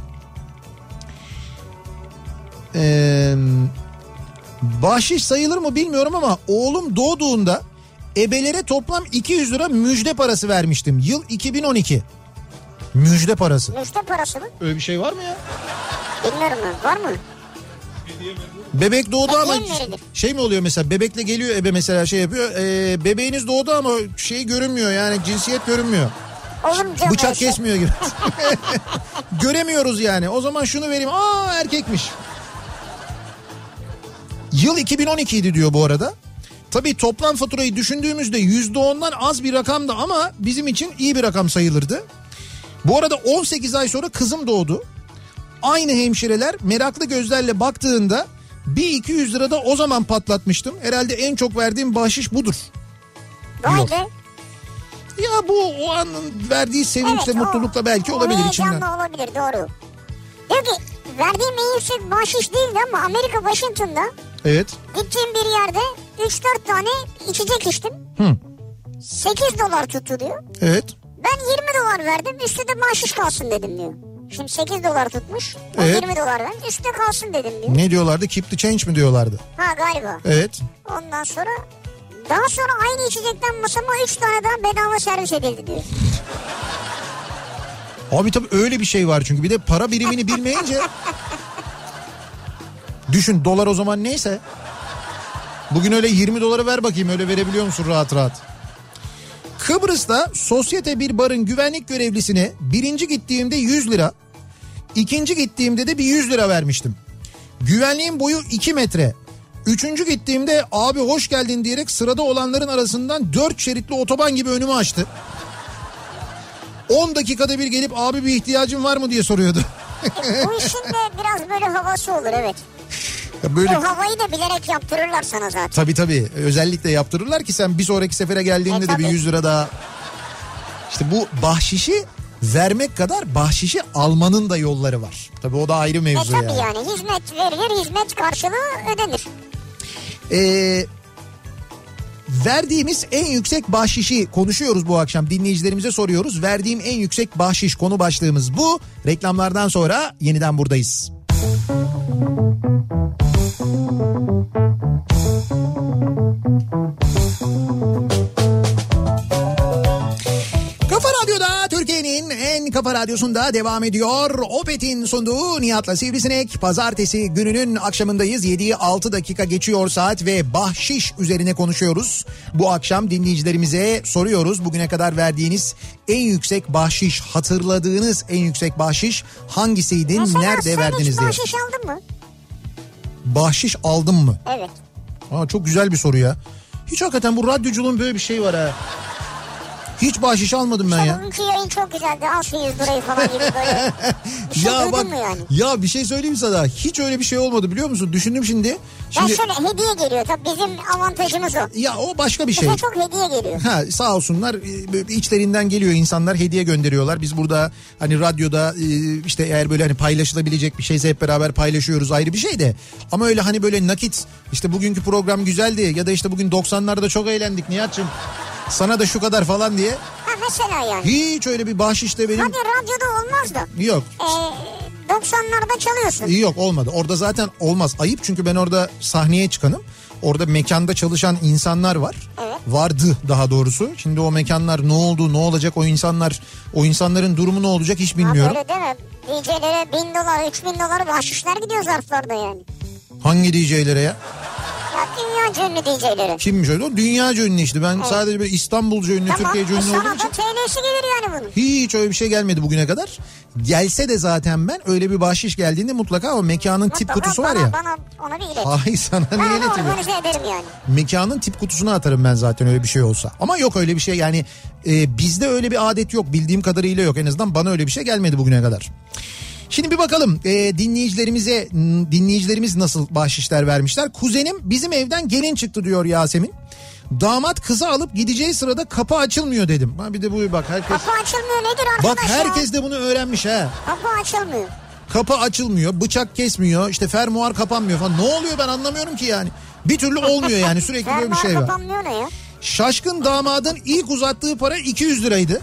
Bahşiş sayılır mı bilmiyorum ama oğlum doğduğunda ebelere toplam 200 lira müjde parası vermiştim. Yıl 2012. Müjde parası. Müjde parası mı? Öyle bir şey var mı ya? Bilmiyorum ben. Var mı? Bebek doğdu ama verilir. şey mi oluyor mesela, bebekle geliyor ebe mesela şey yapıyor. Bebeğiniz doğdu ama şey görünmüyor yani, cinsiyet görünmüyor. Olunca bıçak kesmiyor gibi. Göremiyoruz yani. O zaman şunu vereyim. Aa erkekmiş. Yıl 2012 idi diyor bu arada. Tabii toplam faturayı düşündüğümüzde %10'dan az bir rakamdı ama bizim için iyi bir rakam sayılırdı. Bu arada 18 ay sonra kızım doğdu. Aynı hemşireler meraklı gözlerle baktığında bir 200 lira da o zaman patlatmıştım. Herhalde en çok verdiğim bahşiş budur. Vay be. Ya bu o anın verdiği sevinçle, mutlulukla belki olabilir içinden. Heyecanlı olabilir, doğru. Diyor ki verdiğim en yüksek bahşiş değildi ama Amerika Washington'da evet. gittiğim bir yerde 3-4 tane içecek içtim. 8 dolar tuttu diyor. Evet. Ben 20 dolar verdim, üstü de bahşiş kalsın dedim diyor. Şimdi 8 dolar tutmuş. O Evet. 20 dolar vermiş, üstü de kalsın dedim diyor. Ne diyorlardı? Keep the change mi diyorlardı? Ha galiba. Evet. Ondan sonra daha sonra aynı içecekten masama 3 tane daha bedava servis edildi diyor. Abi tabii öyle bir şey var çünkü bir de para birimini bilmeyince. Düşün, dolar o zaman neyse. Bugün öyle 20 doları ver bakayım, öyle verebiliyor musun rahat rahat? Kıbrıs'ta sosyete bir barın güvenlik görevlisine birinci gittiğimde 100 lira, ikinci gittiğimde de bir 100 lira vermiştim. Güvenliğin boyu 2 metre. Üçüncü gittiğimde abi hoş geldin diyerek sırada olanların arasından 4 şeritli otoban gibi önümü açtı. 10 dakikada bir gelip abi bir ihtiyacın var mı diye soruyordu. Bu işin de biraz böyle havası olur, evet. Böyle... O havayı da bilerek yaptırırlar sana zaten. Tabii özellikle yaptırırlar ki sen bir sonraki sefere geldiğinde de bir 100 lira daha. İşte bu bahşişi vermek kadar bahşişi almanın da yolları var. Tabii o da ayrı mevzu tabii yani hizmet verilir, hizmet karşılığı ödenir. Verdiğimiz en yüksek bahşişi konuşuyoruz bu akşam. Dinleyicilerimize soruyoruz. Verdiğim en yüksek bahşiş konu başlığımız bu. Reklamlardan sonra yeniden buradayız. Kafa Radyo'da, Türkiye'nin en kafa radyosunda devam ediyor. Opet'in sunduğu Nihat'la Sivrisinek. Pazartesi gününün akşamındayız. 7'yi 6 dakika geçiyor saat ve bahşiş üzerine konuşuyoruz. Bu akşam dinleyicilerimize soruyoruz. Bugüne kadar verdiğiniz en yüksek bahşiş, hatırladığınız en yüksek bahşiş hangisiydi? Mesela nerede verdiniz diye. Bahşiş aldın mı? Bahşiş aldım mı? Evet. Aa, çok güzel bir soru ya. Hiç hakikaten bu radyoculuğun böyle bir şey var ha. Hiç bahşiş almadım ben ya. Bugünkü yayın çok güzeldi. Al şu 100 lirayı falan gibi böyle. Bir şey ya bak, mu yani? Ya bir şey söyleyeyim sana. Hiç öyle bir şey olmadı biliyor musun? Düşündüm şimdi. Ya şöyle hediye geliyor. Tabii bizim avantajımız o. Ya o başka bir şey. Bize çok hediye geliyor. Ha, sağ olsunlar içlerinden geliyor insanlar, hediye gönderiyorlar. Biz burada hani radyoda işte eğer böyle hani paylaşılabilecek bir şeyse hep beraber paylaşıyoruz, ayrı bir şey de. Ama öyle hani böyle nakit işte bugünkü program güzeldi ya da işte bugün 90'larda çok eğlendik Nihat'cığım, sana da şu kadar falan diye. Ha mesela yani. Hiç öyle bir bahşişte benim. Hadi radyoda olmaz da. Yok. 90'larda çalıyorsun. Yok, olmadı. Orada zaten olmaz. Ayıp, çünkü ben orada sahneye çıkanım. Orada mekanda çalışan insanlar var. Evet. Vardı daha doğrusu. Şimdi o mekanlar ne oldu, ne olacak, o insanların durumu ne olacak hiç bilmiyorum. Öyle deme. DJ'lere $1000, $3000 bahşişler gidiyor zarflarda yani. Hangi DJ'lere ya? Ya dünyaca ünlü DJ'lere. Kimmiş öyle? O dünyaca ünlü işte. Ben sadece böyle İstanbulca ünlü, Türkiye'ce ünlü olduğum için. Sana da TL'si gelir yani bunun. Hiç öyle bir şey gelmedi bugüne kadar. Gelse de zaten ben öyle bir bahşiş geldiğinde mutlaka o mekanın tip kutusu var ya. Bana ona bir ilet. Hayır, sana niye ileteyim? Ben organize ederim yani. Mekanın tip kutusuna atarım ben zaten öyle bir şey olsa. Ama yok öyle bir şey yani, bizde öyle bir adet yok, bildiğim kadarıyla yok. En azından bana öyle bir şey gelmedi bugüne kadar. Şimdi bir bakalım dinleyicilerimiz nasıl bahşişler vermişler. Kuzenim bizim evden gelin çıktı diyor Yasemin. Damat kızı alıp gideceği sırada kapı açılmıyor dedim. Ha bir de bu bak herkes. Kapı açılmıyor nedir arkadaş? Bak herkes de bunu öğrenmiş ha. Kapı açılmıyor. Kapı açılmıyor, bıçak kesmiyor, işte fermuar kapanmıyor falan. Ne oluyor ben anlamıyorum ki yani. Bir türlü olmuyor yani, sürekli böyle bir şey var. Fermuar kapanmıyor ne ya? Şaşkın damadın ilk uzattığı para 200 liraydı.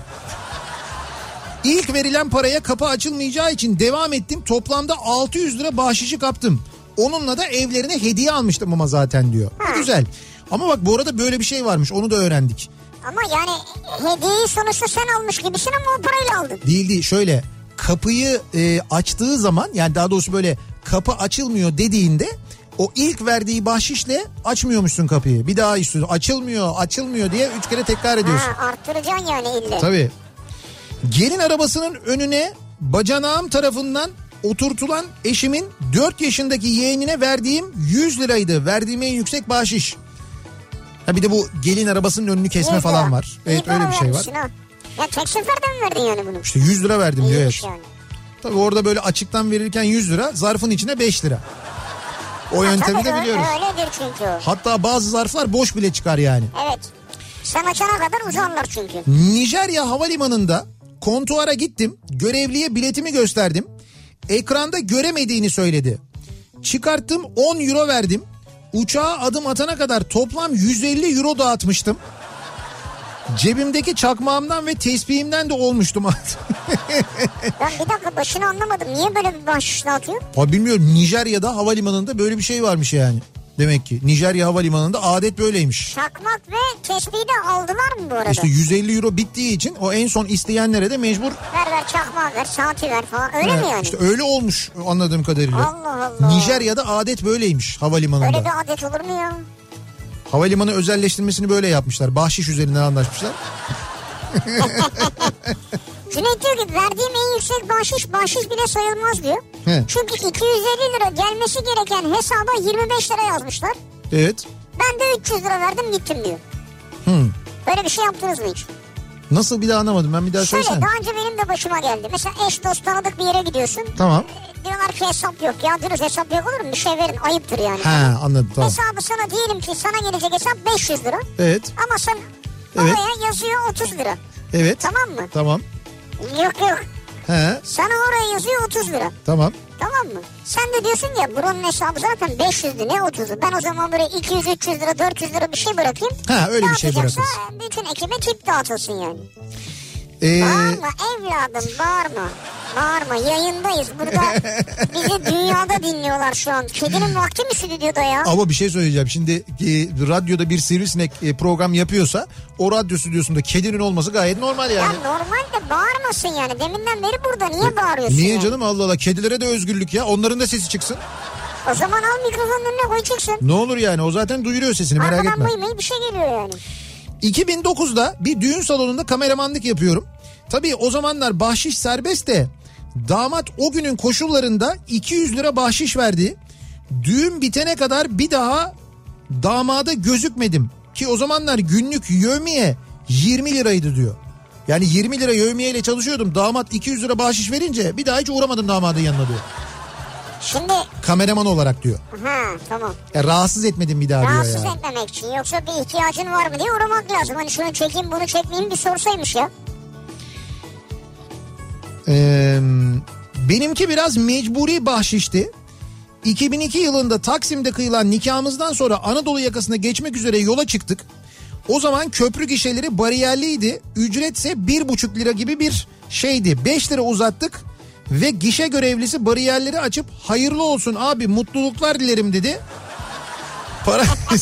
İlk verilen paraya kapı açılmayacağı için devam ettim. Toplamda 600 lira bahşişi kaptım. Onunla da evlerine hediye almıştım ama zaten diyor. Güzel. Ama bak bu arada böyle bir şey varmış, onu da öğrendik. Ama yani hediyeyi sonuçta sen almış gibisin ama o parayla aldın. Değil şöyle, kapıyı açtığı zaman, yani daha doğrusu böyle kapı açılmıyor dediğinde o ilk verdiği bahşişle açmıyormuşsun kapıyı. Bir daha istiyorsun, açılmıyor diye 3 kere tekrar ediyorsun. Arttıracaksın yani ille. Tabii. Gelin arabasının önüne bacanağım tarafından oturtulan eşimin 4 yaşındaki yeğenine verdiğim 100 liraydı. Verdiğim en yüksek bahşiş. Ha bir de bu gelin arabasının önünü kesme falan var. Evet, öyle bir şey var. Ha. Ya tek seferde mi verdin yani bunu? İşte 100 lira verdim diyor. Evet. Yani. Tabii orada böyle açıktan verirken 100 lira, zarfın içine 5 lira. O yöntemi de biliyoruz. Öyledir çünkü o. Hatta bazı zarflar boş bile çıkar yani. Evet. Sen açana kadar uzarlar çünkü. Nijerya havalimanında kontuara gittim. Görevliye biletimi gösterdim. Ekranda göremediğini söyledi. Çıkarttım, 10 euro verdim. Uçağa adım atana kadar toplam 150 euro dağıtmıştım. Cebimdeki çakmağımdan ve tespihimden de olmuştum. Ben bir dakika başını anlamadım. Niye böyle bir bahşiş dağıtıyor? Bilmiyorum, Nijerya'da havalimanında böyle bir şey varmış yani. Demek ki Nijerya havalimanında adet böyleymiş. Çakmak ve tespihi de aldılar mı bu arada? İşte 150 euro bittiği için o en son isteyenlere de mecbur. Ver çakmağı ver, saati ver falan, öyle mi yani? İşte öyle olmuş anladığım kadarıyla. Allah Allah. Nijerya'da adet böyleymiş havalimanında. Öyle bir adet olur mu ya? Havalimanı özelleştirmesini böyle yapmışlar. Bahşiş üzerinden anlaşmışlar. Cüneyt diyor ki verdiğim en yüksek bahşiş bile sayılmaz diyor. He. Çünkü 250 lira gelmesi gereken hesaba 25 lira yazmışlar. Evet. Ben de 300 lira verdim gittim diyor. Böyle bir şey yaptınız mı hiç? Nasıl, bir daha anlamadım ben, bir daha söylesene. Şöyle, daha önce benim de başıma geldi. Mesela eş dost tanıdık bir yere gidiyorsun. Tamam. Diyorlar ki hesap yok. Ya diyoruz hesap yok olur mu? Bir şey verin, ayıptır yani. Ha, anladım, tamam. Hesabı sana diyelim ki sana gelecek hesap 500 lira. Evet. Ama sen oraya yazıyor 30 lira. Evet. Tamam mı? Tamam. Yok. He. Sana oraya yazıyor 30 lira. Tamam. Tamam mı? Sen de diyorsun ya buranın hesabı zaten 500'dü, ne 30'u? Ben o zaman böyle 200-300 lira 400 lira bir şey bırakayım. Ha, öyle bir şey bırakırsın. Bütün ekibe tip dağıtılsın yani. Bağırma evladım, bağırma. Bağırma, yayındayız burada. Bizi dünyada dinliyorlar şu an. Kedinin vakti mi stüdyoda ya? Ama bir şey söyleyeceğim. Şimdi radyoda bir sivrisinek program yapıyorsa o radyo stüdyosunda kedinin olması gayet normal yani. Ya normal de bağırmasın yani. Deminden beri burada, niye bağırıyorsun? Niye yani? Canım, Allah Allah, kedilere de özgürlük ya. Onların da sesi çıksın. O zaman al mikrofonun önüne koy çıksın. Ne olur yani, o zaten duyuruyor sesini, merak etme. Arkadan mıy bir şey geliyor yani. 2009'da bir düğün salonunda kameramanlık yapıyorum. Tabii o zamanlar bahşiş serbest de damat o günün koşullarında 200 lira bahşiş verdi. Düğün bitene kadar bir daha damada gözükmedim. Ki o zamanlar günlük yevmiye 20 liraydı diyor. Yani 20 lira yevmiyeyle çalışıyordum. Damat 200 lira bahşiş verince bir daha hiç uğramadım damadın yanına diyor. Şimdi... Kameraman olarak diyor. Ha, tamam. Ya rahatsız etmedim bir daha diyor ya. Rahatsız etmemek için, yoksa bir ihtiyacın var mı diye uğramak lazım. Hani şunu çekeyim bunu çekmeyeyim bir sorsaymış ya. Benimki biraz mecburi bahşişti. 2002 yılında Taksim'de kıyılan nikahımızdan sonra Anadolu yakasına geçmek üzere yola çıktık. O zaman köprü gişeleri bariyerliydi. Ücretse 1,5 lira gibi bir şeydi. 5 lira uzattık ve gişe görevlisi bariyerleri açıp hayırlı olsun abi, mutluluklar dilerim dedi. Para...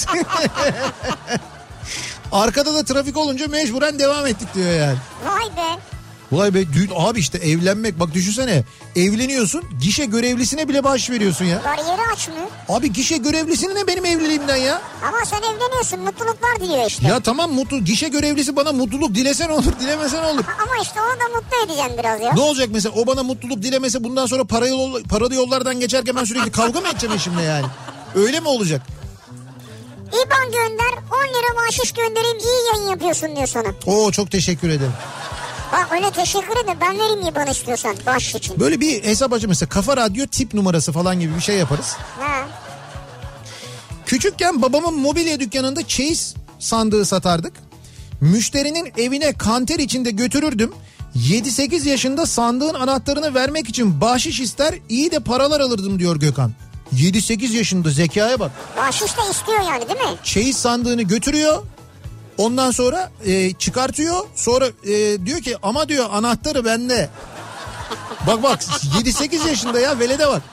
Arkada da trafik olunca mecburen devam ettik diyor yani. Vay be. Vay be, düğün abi işte, evlenmek, bak düşünsene, evleniyorsun, gişe görevlisine bile bahşiş veriyorsun ya. Bariyeri açmıyor. Abi gişe görevlisine ne benim evliliğimden ya? Ama sen evleniyorsun, mutluluklar diliyor işte. Ya tamam, gişe görevlisi bana mutluluk dilesen olur, dilemesen olur. Ama işte onu da mutlu edeceğim biraz ya. Ne olacak mesela, o bana mutluluk dilemese bundan sonra paralı yollardan geçerken ben sürekli kavga mı edeceğim eşimle yani? Öyle mi olacak? İban gönder, 10 lira bahşiş göndereyim, iyi yayın yapıyorsun diyor sana. Oo, çok teşekkür ederim. Bak öyle teşekkür ederim, ben vereyim İban istiyorsan bahşiş için. Böyle bir hesap açı mesela, Kafa Radyo tip numarası falan gibi bir şey yaparız. Ha. Küçükken babamın mobilya dükkanında çeyiz sandığı satardık. Müşterinin evine kanter içinde götürürdüm. 7-8 yaşında sandığın anahtarını vermek için bahşiş ister, iyi de paralar alırdım diyor Gökhan. 7-8 yaşında, zekaya bak. Bahşiş de istiyor yani, değil mi? Çeyiz sandığını götürüyor. Ondan sonra çıkartıyor. Sonra diyor ki ama diyor anahtarı bende. Bak 7-8 yaşında ya, velede bak.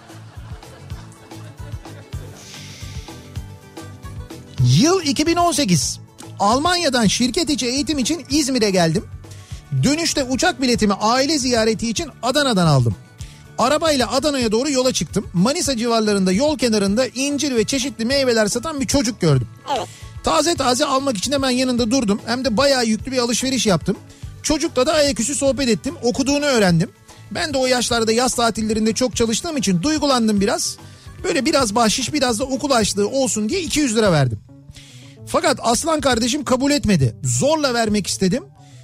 Yıl 2018. Almanya'dan şirket içi eğitim için İzmir'e geldim. Dönüşte uçak biletimi aile ziyareti için Adana'dan aldım. Arabayla Adana'ya doğru yola çıktım. Manisa civarlarında yol kenarında incir ve çeşitli meyveler satan bir çocuk gördüm. Evet. Taze almak için hemen yanında durdum. Hem de bayağı yüklü bir alışveriş yaptım. Çocukla da ayaküstü sohbet ettim. Okuduğunu öğrendim. Ben de o yaşlarda yaz tatillerinde çok çalıştığım için duygulandım biraz. Böyle biraz bahşiş, biraz da okul harçlığı olsun diye 200 lira verdim. Fakat Aslan kardeşim kabul etmedi. Zorla vermek istedim.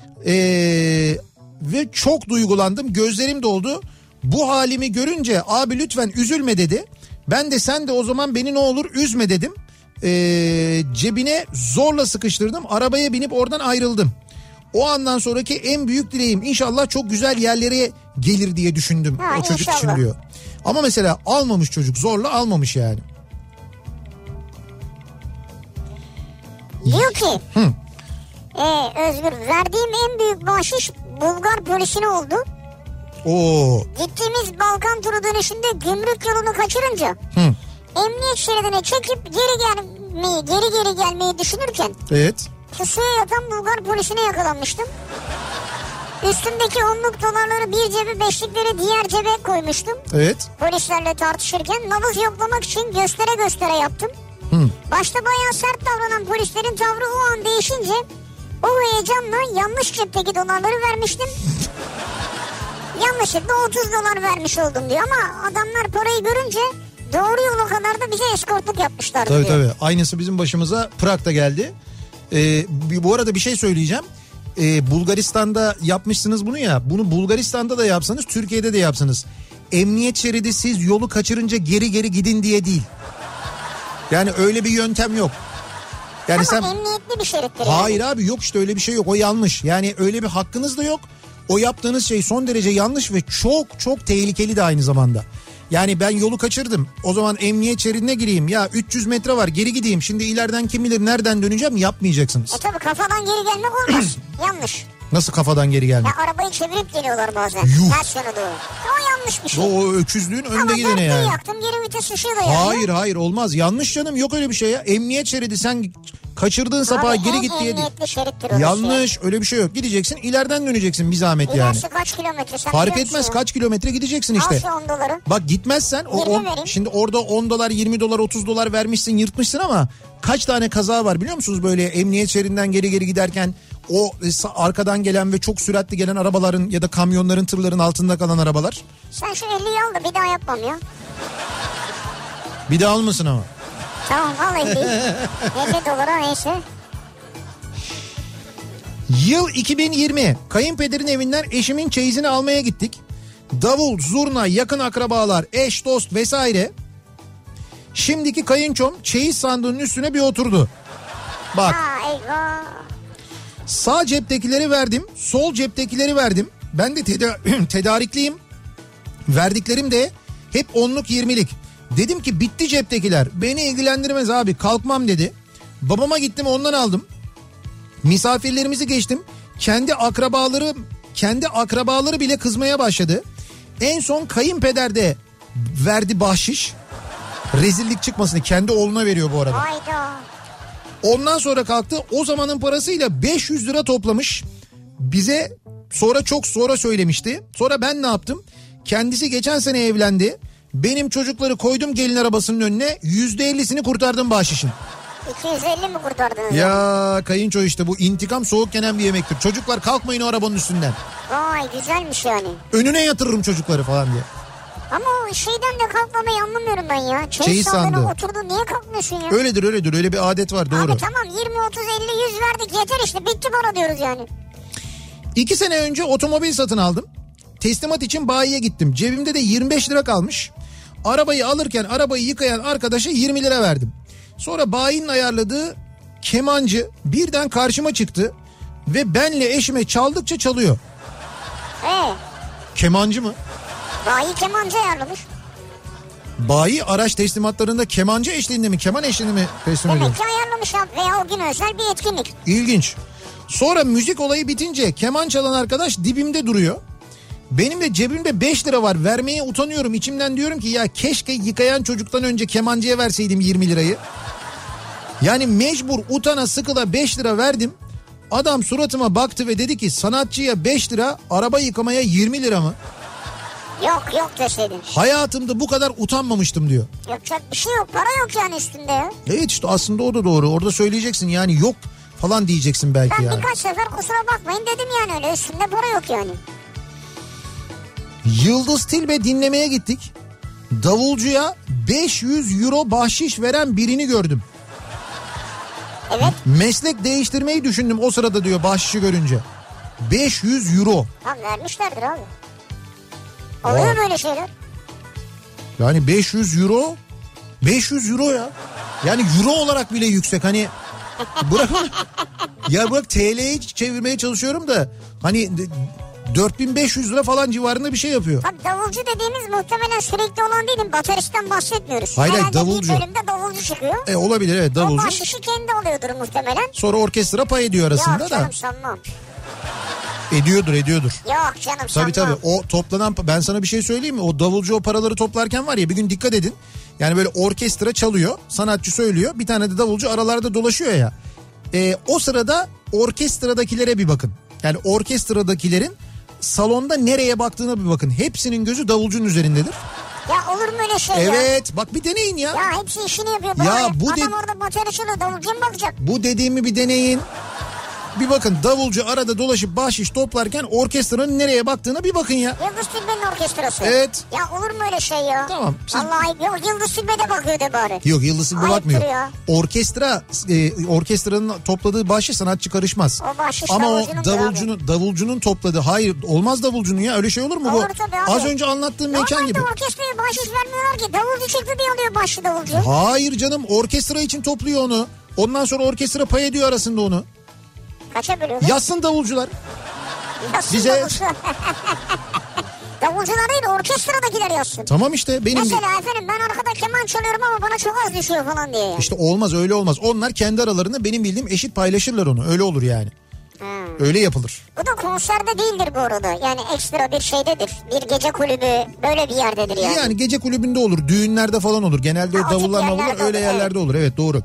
Ve çok duygulandım. Gözlerim doldu. Bu halimi görünce abi lütfen üzülme dedi. Ben de sen de o zaman beni ne olur üzme dedim. Cebine zorla sıkıştırdım. Arabaya binip oradan ayrıldım. O andan sonraki en büyük dileğim inşallah çok güzel yerlere gelir diye düşündüm o çocuk inşallah. için diyor. Ama mesela almamış çocuk, zorla almamış yani. Diyor ki Özgür, verdiğim en büyük bahşiş Bulgar polisine oldu. Oo. Gittiğimiz Balkan turu dönüşünde gümrük yolunu kaçırınca emniyet şeridine çekip geri gelmeyi düşünürken Evet. pusuya yatan Bulgar polisine yakalanmıştım. Üstümdeki 10'luk dolarları bir cebe, beşlikleri diğer cebe koymuştum. Evet. Polislerle tartışırken nabız yoklamak için göstere yaptım. Başta bayağı sert davranan polislerin tavrı o an değişince o heyecanla yanlış cepteki dolarları vermiştim. yanlışlıkla 30 dolar vermiş oldum diyor ama adamlar parayı görünce doğru yola kadar da bize eskortluk yapmışlar tabii, diyor. Tabii aynısı bizim başımıza Prag'da geldi. Bu arada bir şey söyleyeceğim. Bulgaristan'da yapmışsınız bunu ya, bunu Bulgaristan'da da yapsanız Türkiye'de de yapsanız. Emniyet şeridi siz yolu kaçırınca geri gidin diye değil. Yani öyle bir yöntem yok. Yani ama sen... emniyetli bir şerittir. Hayır yani. Abi yok işte öyle bir şey yok, o yanlış. Yani öyle bir hakkınız da yok. O yaptığınız şey son derece yanlış ve çok tehlikeli de aynı zamanda. Yani ben yolu kaçırdım. O zaman emniyet şeridine gireyim. Ya 300 metre var, geri gideyim. Şimdi ileriden kim bilir nereden döneceğim, yapmayacaksınız. Tabii kafadan geri gelmek olmaz. Yanlış. Nasıl kafadan geri gelmek? Ya arabayı çevirip geliyorlar bazen. Ters yana doğru. O yanlış bir şey. O öküzlüğün önde gidene yani. Ama yaktım, geri vites ışığı da yani. Hayır olmaz. Yanlış canım, yok öyle bir şey ya. Emniyet şeridi, sen kaçırdığın sapağa geri git diye. Emniyetli şerittir orası. Yanlış, öyle bir şey yok. Gideceksin, ileriden döneceksin bir zahmet yani. İlerisi kaç kilometre? Sen fark etmez kaç kilometre gideceksin işte. Al şu 10 doları. Bak gitmezsen şimdi orada 10 dolar 20 dolar 30 dolar vermişsin, yırtmışsın ama kaç tane kaza var biliyor musunuz böyle emniyet şeridinden geri giderken o arkadan gelen ve çok süratli gelen arabaların ya da kamyonların, tırların altında kalan arabalar. Sen şu 50'yi al da bir daha yapmam ya. Bir daha almasın ama. Tamam al 50 dolara neyse. Yıl 2020. Kayınpederin evinden eşimin çeyizini almaya gittik. Davul, zurna, yakın akrabalar, eş, dost vesaire. Şimdiki kayınçom çeyiz sandığının üstüne bir oturdu. Bak. Eyvah. Sağ ceptekileri verdim, sol ceptekileri verdim. Ben de tedarikliyim. Verdiklerim de hep 10'luk 20'lik. Dedim ki bitti ceptekiler. Beni ilgilendirmez abi, kalkmam dedi. Babama gittim, ondan aldım. Misafirlerimizi geçtim. Kendi akrabaları bile kızmaya başladı. En son kayınpeder de verdi bahşiş. Rezillik çıkmasın, kendi oğluna veriyor bu arada. Hayda. Ondan sonra kalktı, o zamanın parasıyla 500 lira toplamış. Bize çok sonra söylemişti. Sonra ben ne yaptım? Kendisi geçen sene evlendi. Benim çocukları koydum gelin arabasının önüne, %50'sini kurtardım bahşişin. 250 mi kurtardınız? Ya kayınço işte, bu intikam soğuk yenen bir yemektir. Çocuklar kalkmayın o arabanın üstünden. Vay güzelmiş yani. Önüne yatırırım çocukları falan diye. Ama o şeyden de kalkmamayı anlamıyorum ben ya. Çeyiz sandığı. Oturdun, niye kalkmıyorsun ya? Öyledir öyle bir adet var, doğru. Abi tamam 20, 30, 50, 100 verdik yeter işte, bitti para diyoruz yani. 2 sene önce otomobil satın aldım. Teslimat için bayiye gittim. Cebimde de 25 lira kalmış. Arabayı alırken arabayı yıkayan arkadaşa 20 lira verdim. Sonra bayinin ayarladığı kemancı birden karşıma çıktı ve benle eşime çaldıkça çalıyor. Kemancı mı? Bayi kemancı ayarlamış. Bayi araç teslimatlarında kemancı eşliğinde mi, keman eşliğinde mi teslim ediyor? Demek ki ayarlamış abi, veya o gün özel bir etkinlik. İlginç. Sonra müzik olayı bitince keman çalan arkadaş dibimde duruyor. Benim de cebimde 5 lira var, vermeye utanıyorum. İçimden diyorum ki ya keşke yıkayan çocuktan önce kemancıya verseydim 20 lirayı. Yani mecbur utana sıkıla 5 lira verdim. Adam suratıma baktı ve dedi ki sanatçıya 5 lira, araba yıkamaya 20 lira mı? Yok deseydin. Hayatımda bu kadar utanmamıştım diyor. Yapacak bir şey yok, para yok yani üstünde ya. Evet işte aslında o da doğru. Orada söyleyeceksin yani, yok falan diyeceksin belki yani. Ben birkaç sefer kusura bakmayın dedim yani, öyle üstünde para yok yani. Yıldız Tilbe dinlemeye gittik. Davulcuya 500 euro bahşiş veren birini gördüm. Evet. Meslek değiştirmeyi düşündüm o sırada diyor, bahşişi görünce. 500 euro. Tamam vermişlerdir abi. Oluyor böyle şeyler. Yani 500 euro. 500 euro ya. Yani euro olarak bile yüksek. Hani bırak TL'yi çevirmeye çalışıyorum da hani 4500 lira falan civarında bir şey yapıyor. Tabii davulcu dediğimiz muhtemelen sürekli olan değil mi? Bateristten bahsetmiyoruz. Hayır davulcu. Bir bölümde davulcu çıkıyor. Olabilir evet, davulcu. O bahşişi kendi alıyordur muhtemelen. Sonra orkestra pay ediyor arasında da. Yok canım sanmam. Ediyordur. Yok canım sanmam. Tabii o toplanan, ben sana bir şey söyleyeyim mi? O davulcu o paraları toplarken var ya, bir gün dikkat edin. Yani böyle orkestra çalıyor, sanatçı söylüyor, bir tane de davulcu aralarda dolaşıyor ya. O sırada orkestradakilere bir bakın. Yani orkestradakilerin salonda nereye baktığına bir bakın. Hepsinin gözü davulcunun üzerindedir. Ya olur mu öyle şey Evet bak bir deneyin ya. Ya hepsi işini yapıyor. Ya bu adam orada bateri çalıyor, davulcuya mı bakacak? Bu dediğimi bir deneyin. Bir bakın, davulcu arada dolaşıp bahşiş toplarken orkestranın nereye baktığına bir bakın ya. Yıldız Tilbe'nin orkestrası. Evet. Ya olur mu öyle şey ya? Tamam. Vallahi yok, Yıldız Tilbe de bakıyor de bari. Yok, Yıldız Tilbe bakmıyor. Ya. Orkestranın topladığı bahşiş sanatçı karışmaz. O bahşiş ama o davulcunun davulcunun topladığı, hayır olmaz davulcunun ya, öyle şey olur mu? Olur Bu tabii abi. az önce anlattığım mekan gibi. Normalde orkestraya bahşiş vermiyorlar ki, davulcu çıktı diye alıyor bahşiş davulcu. Hayır canım, orkestra için topluyor onu. Ondan sonra orkestra pay ediyor arasında onu. Kaça bölüyorlar? Yazsın davulcular. Yazsın bize... davulcular. Davulcular değil, orkestradakiler yazsın. Tamam işte benim... Mesela efendim ben arkada keman çalıyorum ama bana çok az düşüyor falan diye. Yani. İşte olmaz, öyle olmaz. Onlar kendi aralarında benim bildiğim eşit paylaşırlar onu. Öyle olur yani. Öyle yapılır. Bu da konserde değildir bu arada. Yani ekstra bir şeydedir. Bir gece kulübü böyle bir yerdedir yani. Yani gece kulübünde olur. Düğünlerde falan olur. Genelde o davullar öyle yerlerde olur. Evet, doğru.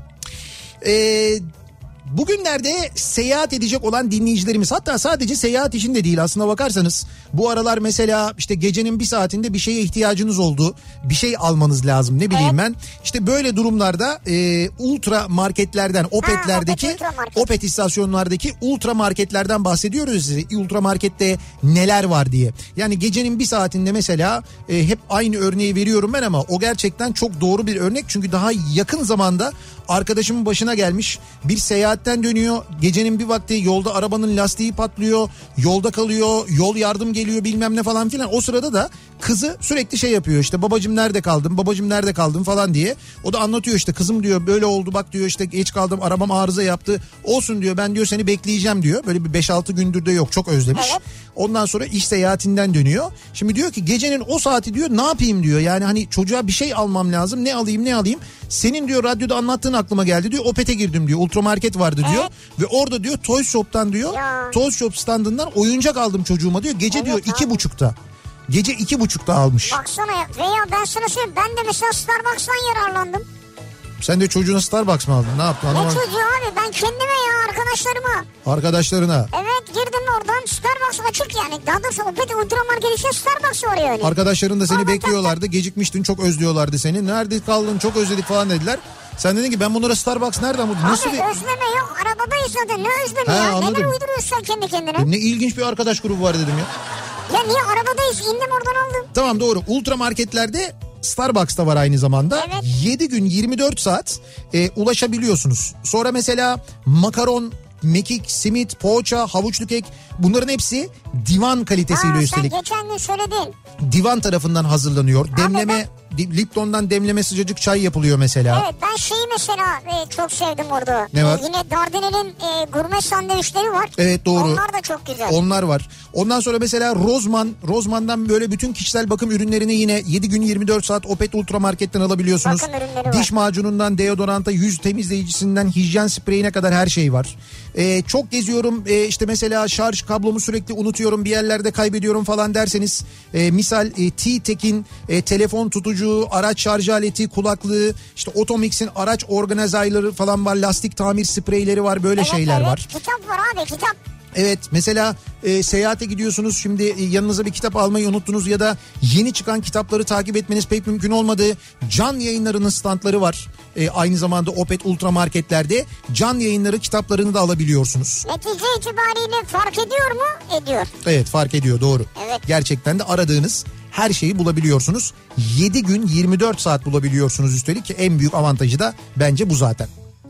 Bugünlerde seyahat edecek olan dinleyicilerimiz, hatta sadece seyahat için de değil aslına bakarsanız, bu aralar mesela işte gecenin bir saatinde bir şeye ihtiyacınız oldu, bir şey almanız lazım, ne bileyim ben, işte böyle durumlarda ultra marketlerden, Opet'lerdeki, Opet istasyonlardaki ultra marketlerden bahsediyoruz size. Ultra markette neler var diye. Yani gecenin bir saatinde mesela hep aynı örneği veriyorum ben ama o gerçekten çok doğru bir örnek, çünkü daha yakın zamanda arkadaşımın başına gelmiş. Bir seyahatten dönüyor. Gecenin bir vakti yolda arabanın lastiği patlıyor. Yolda kalıyor. Yol yardım geliyor bilmem ne falan filan. O sırada da kızı sürekli şey yapıyor. İşte babacığım nerede kaldın? Babacığım nerede kaldın falan diye. O da anlatıyor işte, kızım diyor böyle oldu bak diyor, işte geç kaldım, arabam arıza yaptı. Olsun diyor, ben diyor seni bekleyeceğim diyor. Böyle bir 5-6 gündür de yok, çok özlemiş. Evet. Ondan sonra iş seyahatinden dönüyor. Şimdi diyor ki gecenin o saati diyor ne yapayım diyor. Yani hani çocuğa bir şey almam lazım. Ne alayım? Senin diyor radyoda anlattığın aklıma geldi diyor. Opet'e girdim diyor. Ultramarket vardı diyor. Ve orada diyor Toys Shop'tan diyor. Toys Shop standından oyuncak aldım çocuğuma diyor. Gece diyor 2.30'da. Gece 2.30'da almış. Baksana ya. Veya ben sana söyleyeyim, ben de mesela Starbucks'tan yararlandım. Sen de çocuğuna Starbucks mı aldın? Ne yaptın? Ne çocuğu abi? Ben kendime ya, arkadaşlarıma. Arkadaşlarına. Evet, girdim oradan, Starbucks açık yani. Daha doğrusu Opet Ultramarket işte Starbucks var yani. Arkadaşların da seni bekliyorlardı. Gecikmiştin, çok özlüyorlardı seni. Nerede kaldın, çok özledik falan dediler. Sen dedin ki ben bunlara Starbucks nereden buldum? Abi özleme yok, arabadayız zaten, ne özleme ya? Anladım. Neler uyduruyorsun sen kendi kendine? Ne ilginç bir arkadaş grubu var dedim ya. Ya niye, arabadayız, indim oradan aldım. Tamam, doğru. Ultramarketlerde Starbucks da var aynı zamanda. Evet. 7 gün 24 saat ulaşabiliyorsunuz. Sonra mesela makaron, mekik, simit, poğaça, havuçlu kek, bunların hepsi divan kalitesiyle üstelik. Sen geçen gün söyledin. Divan tarafından hazırlanıyor. Demleme, Lipton'dan demleme sıcacık çay yapılıyor mesela. Evet, ben şeyi mesela çok sevdim orada. Ne var? Yine Dardanel'in gurme sandviçleri var. Evet, doğru. Onlar da çok güzel. Onlar var. Ondan sonra mesela Rozman'dan böyle bütün kişisel bakım ürünlerini yine 7 gün 24 saat Opet Ultramarket'ten alabiliyorsunuz. Bakım ürünleri var. Diş macunundan deodoranta, yüz temizleyicisinden hijyen spreyine kadar her şey var. Çok geziyorum, işte mesela şarj kablomu sürekli unutuyorum, bir yerlerde kaybediyorum falan derseniz misal T-Tek'in telefon tutucu, araç şarj aleti, kulaklığı, işte Otomix'in araç organizerleri falan var, lastik tamir spreyleri var, böyle şeyler var. Kitap var abi, kitap. Evet, mesela seyahate gidiyorsunuz, şimdi yanınıza bir kitap almayı unuttunuz ya da yeni çıkan kitapları takip etmeniz pek mümkün olmadı. Can Yayınları'nın standları var. Aynı zamanda Opet Ultramarketlerde Can Yayınları kitaplarını da alabiliyorsunuz. Netice itibariyle fark ediyor mu? Ediyor. Evet, fark ediyor, doğru. Evet. Gerçekten de aradığınız her şeyi bulabiliyorsunuz. 7 gün 24 saat bulabiliyorsunuz üstelik, ki en büyük avantajı da bence bu zaten.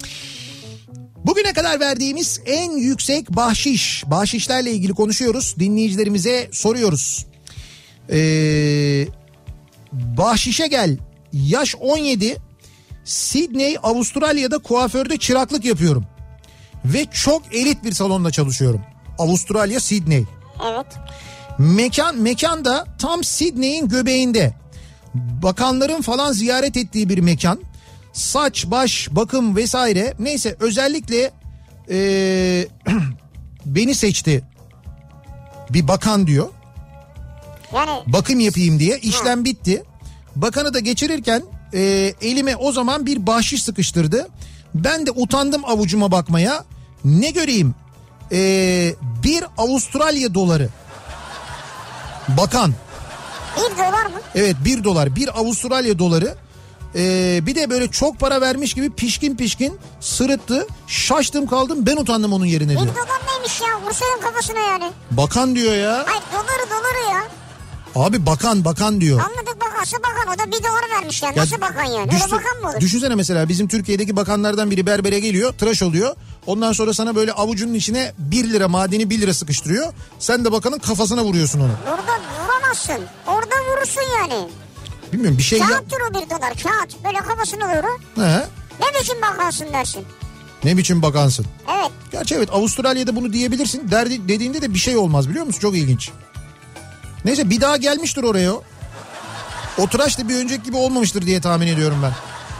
Bugüne kadar verdiğimiz en yüksek bahşişlerle ilgili konuşuyoruz. Dinleyicilerimize soruyoruz. Bahşişe gel, yaş 17, Sydney, Avustralya'da kuaförde çıraklık yapıyorum. Ve çok elit bir salonda çalışıyorum. Avustralya, Sydney. Evet. Mekan da tam Sydney'in göbeğinde. Bakanların falan ziyaret ettiği bir mekan. Saç, baş, bakım vesaire. Neyse, özellikle beni seçti bir bakan diyor. Yani bakım yapayım diye. İşlem bitti. Bakanı da geçirirken elime o zaman bir bahşiş sıkıştırdı. Ben de utandım avucuma bakmaya. Ne göreyim? Bir Avustralya doları. Bakan. $1 mı? Evet, $1. Bir Avustralya doları. Bir de böyle çok para vermiş gibi pişkin sırıttı. Şaştım kaldım, ben utandım onun yerine diyor. $1 neymiş ya? Vursaydın kafasına yani. Bakan diyor ya. Hayır doları ya. Abi bakan diyor. Anladık bakansa bakan, o da $1 vermiş yani. Nasıl bakan yani? Öyle bakan mı olur? Düşünsene mesela bizim Türkiye'deki bakanlardan biri berbere geliyor, tıraş oluyor. Ondan sonra sana böyle avucunun içine 1 lira madeni 1 lira sıkıştırıyor. Sen de bakanın kafasına vuruyorsun onu. Burada vuramazsın. Orada vurursun yani. Bilmiyorum bir şey Kağıttır o $1 kağıt. Böyle kafasına vurur. He. Ne biçim bakansın dersin. Ne biçim bakansın. Evet. Gerçi evet Avustralya'da bunu diyebilirsin. Dediğinde de bir şey olmaz biliyor musun? Çok ilginç. Neyse bir daha gelmiştir oraya o. O tıraş da bir önceki gibi olmamıştır diye tahmin ediyorum ben.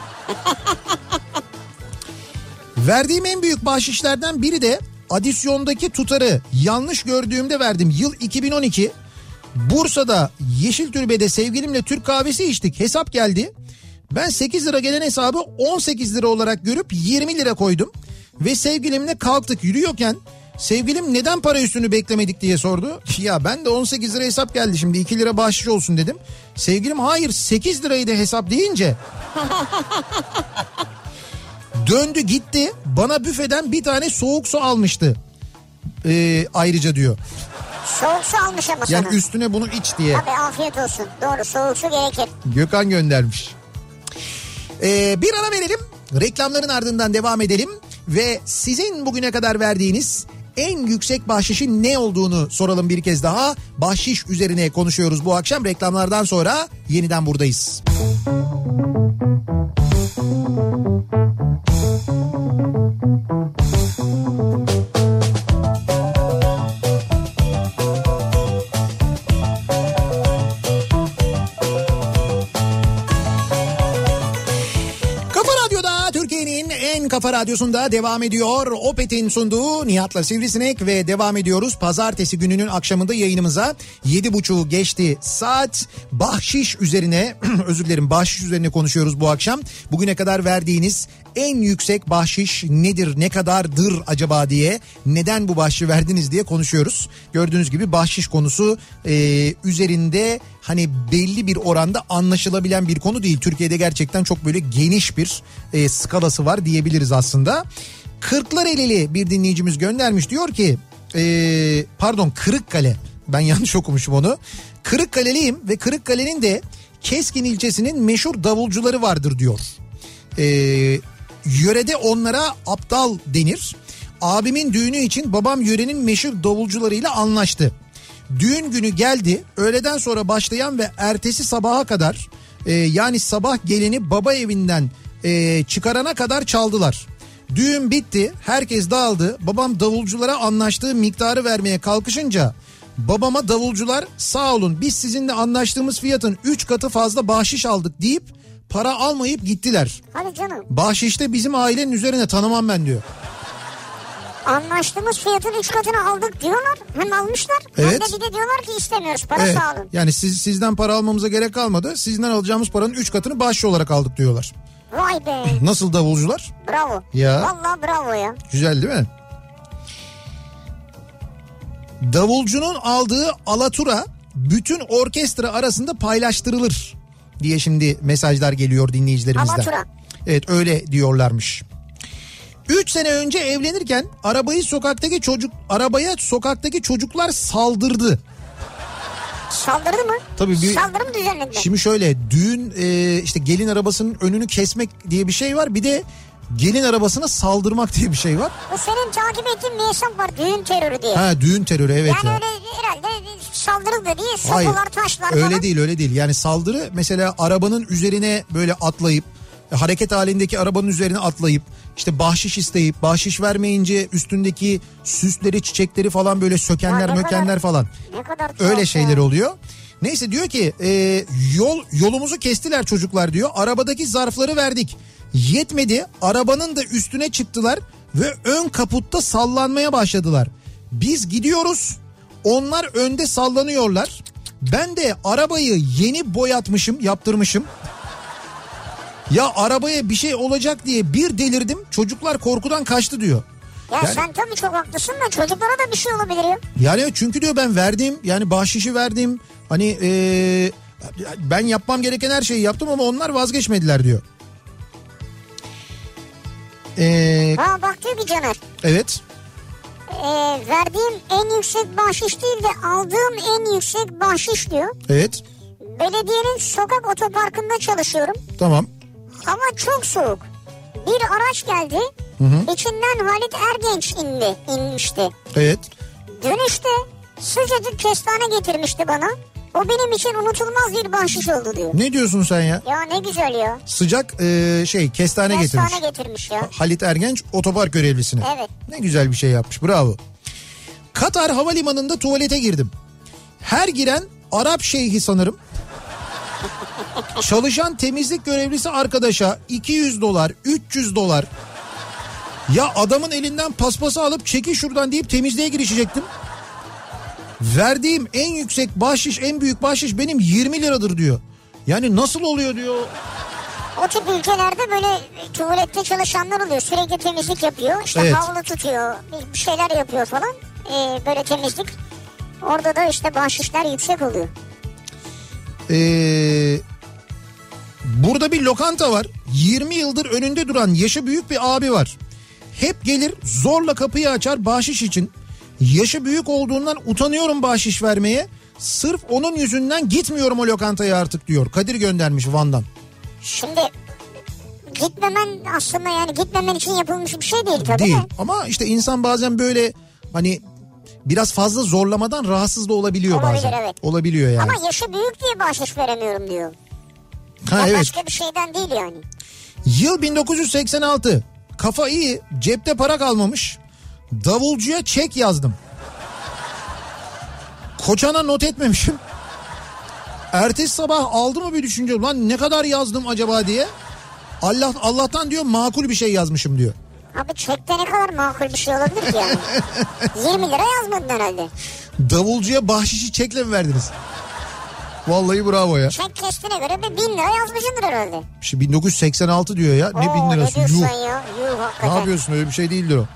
Verdiğim en büyük bahşişlerden biri de adisyondaki tutarı yanlış gördüğümde verdim. Yıl 2012. Bursa'da Yeşiltürbe'de sevgilimle Türk kahvesi içtik. Hesap geldi. Ben 8 lira gelen hesabı 18 lira olarak görüp 20 lira koydum. Ve sevgilimle kalktık yürüyorken sevgilim neden para üstünü beklemedik diye sordu. Ya ben de 18 lira hesap geldi şimdi 2 lira bahşiş olsun dedim. Sevgilim hayır 8 liraydı hesap deyince. Döndü gitti bana büfeden bir tane soğuk su almıştı. Ayrıca diyor. Soğuk su almış ama sana. Yani üstüne bunu iç diye. Tabii afiyet olsun. Doğru soğuk su gerekir. Gökhan göndermiş. Bir ara verelim. Reklamların ardından devam edelim. Ve sizin bugüne kadar verdiğiniz en yüksek bahşişin ne olduğunu soralım bir kez daha. Bahşiş üzerine konuşuyoruz bu akşam. Reklamlardan sonra yeniden buradayız. Kafa Radyosu'nda devam ediyor. Opet'in sunduğu Nihat'la Sivrisinek ve devam ediyoruz. Pazartesi gününün akşamında yayınımıza 7.30 geçti saat. Bahşiş üzerine özür dilerim bahşiş üzerine konuşuyoruz bu akşam. Bugüne kadar verdiğiniz en yüksek bahşiş nedir, ne kadardır acaba diye, neden bu bahşişi verdiniz diye konuşuyoruz. Gördüğünüz gibi bahşiş konusu üzerinde hani belli bir oranda anlaşılabilen bir konu değil. Türkiye'de gerçekten çok böyle geniş bir skalası var diyebiliriz aslında. Kırklarelili bir dinleyicimiz göndermiş, diyor ki Kırıkkale, ben yanlış okumuşum onu. Kırıkkaleliyim ve Kırıkkale'nin de Keskin ilçesinin meşhur davulcuları vardır diyor. Yörede onlara aptal denir. Abimin düğünü için babam yörenin meşhur davulcularıyla anlaştı. Düğün günü geldi, öğleden sonra başlayan ve ertesi sabaha kadar yani sabah geleni baba evinden çıkarana kadar çaldılar. Düğün bitti, herkes dağıldı. Babam davulculara anlaştığı miktarı vermeye kalkışınca babama davulcular sağ olun biz sizinle anlaştığımız fiyatın 3 katı fazla bahşiş aldık deyip para almayıp gittiler. Hadi canım. Bahşişte bizim ailenin üzerine tanımam ben diyor. Anlaştığımız fiyatın 3 katını aldık diyorlar. Hem almışlar. Evet. Hem de bir de diyorlar ki istemiyoruz para, evet. sağ olun. Yani sizden para almamıza gerek kalmadı. Sizden alacağımız paranın 3 katını bahşiş olarak aldık diyorlar. Vay be. Nasıl davulcular? Bravo. Ya. Vallahi bravo ya. Güzel değil mi? Davulcunun aldığı alatura bütün orkestra arasında paylaştırılır diye şimdi mesajlar geliyor dinleyicilerimizden. Alatura. Evet öyle diyorlarmış. 3 sene önce evlenirken arabaya sokaktaki çocuklar saldırdı. Saldırdı mı? Tabii saldırı mı düzenlediler? Şimdi şöyle düğün işte gelin arabasının önünü kesmek diye bir şey var. Bir de gelin arabasına saldırmak diye bir şey var. Bu senin takip ettiğin bir hesap var, düğün terörü diye. Ha, düğün terörü, evet. Yani ya. öyle herhalde saldırıldı diye Hayır, sopalar taşlar öyle falan. değil yani saldırı mesela arabanın üzerine böyle atlayıp hareket halindeki arabanın üzerine atlayıp işte bahşiş isteyip bahşiş vermeyince üstündeki süsleri çiçekleri falan böyle sökenler mökenler falan. Ne kadar öyle şeyler oluyor. Neyse diyor ki yolumuzu kestiler çocuklar diyor. Arabadaki zarfları verdik. Yetmedi, arabanın da üstüne çıktılar ve ön kaputta sallanmaya başladılar. Biz gidiyoruz, onlar önde sallanıyorlar. Ben de arabayı yeni yaptırmışım. Ya arabaya bir şey olacak diye bir delirdim, çocuklar korkudan kaçtı diyor. Ya yani, sen tabii çok haklısın da çocuklara da bir şey olabilir ya. Yani çünkü diyor ben verdim, yani bahşişi verdim. Hani ben yapmam gereken her şeyi yaptım ama onlar vazgeçmediler diyor. Bak diyor ki Caner. Evet. verdiğim en yüksek bahşiş değil de aldığım en yüksek bahşiş diyor. Evet. Belediyenin sokak otoparkında çalışıyorum. Tamam. Hava çok soğuk. Bir araç geldi. İçinden Halit Ergenç inmişti. Evet. Dönüşte sıcacık kestane getirmişti bana. O benim için unutulmaz bir bahşiş oldu diyor. Ne diyorsun sen ya? Ya ne güzel ya. Sıcak kestane getirmiş. Kestane getirmiş ya. Halit Ergenç otopark görevlisine. Evet. Ne güzel bir şey yapmış, bravo. Katar havalimanında tuvalete girdim. Her giren Arap şeyhi sanırım. Çalışan temizlik görevlisi arkadaşa $200, $300. Ya adamın elinden paspası alıp çekil şuradan deyip temizliğe girişecektim. Verdiğim en yüksek bahşiş, en büyük bahşiş benim 20 liradır diyor. Yani nasıl oluyor diyor. O tip ülkelerde böyle tuvalette çalışanlar oluyor. Sürekli temizlik yapıyor. İşte evet. Havlu tutuyor. Bir şeyler yapıyor falan. Böyle temizlik. Orada da işte bahşişler yüksek oluyor. Burada bir lokanta var. 20 yıldır önünde duran yaşı büyük bir abi var. Hep gelir zorla kapıyı açar bahşiş için. Yaşı büyük olduğundan utanıyorum bahşiş vermeye. Sırf onun yüzünden gitmiyorum o lokantaya artık diyor. Kadir göndermiş Van'dan. Şimdi gitmemen aslında yani gitmemen için yapılmış bir şey değil tabii. Değil de. ama işte insan bazen böyle hani biraz fazla zorlamadan rahatsız da olabiliyor Olabilir, bazen. evet. Olabiliyor yani. Ama yaşı büyük diye bahşiş veremiyorum diyor. Ha, evet. Başka bir şeyden değil yani. Yıl 1986. Kafa iyi, cepte para kalmamış. Davulcuya çek yazdım. Koçana not etmemişim. Ertesi sabah aldı mı bir düşünce, lan ne kadar yazdım acaba diye. Allah'tan diyor makul bir şey yazmışım diyor. Abi çekte ne kadar makul bir şey olabilir ki yani. 20 lira yazmadın herhalde. Davulcuya bahşişi çekle mi verdiniz? Vallahi bravo ya. Çek kestiğine göre bir 1000 lira yazmışsındır herhalde. İşte 1986 diyor ya. Ne 1000 lirası? Ne diyorsun Yuh. ya? Yuh hakikaten. Ne yapıyorsun, öyle bir şey değildir o.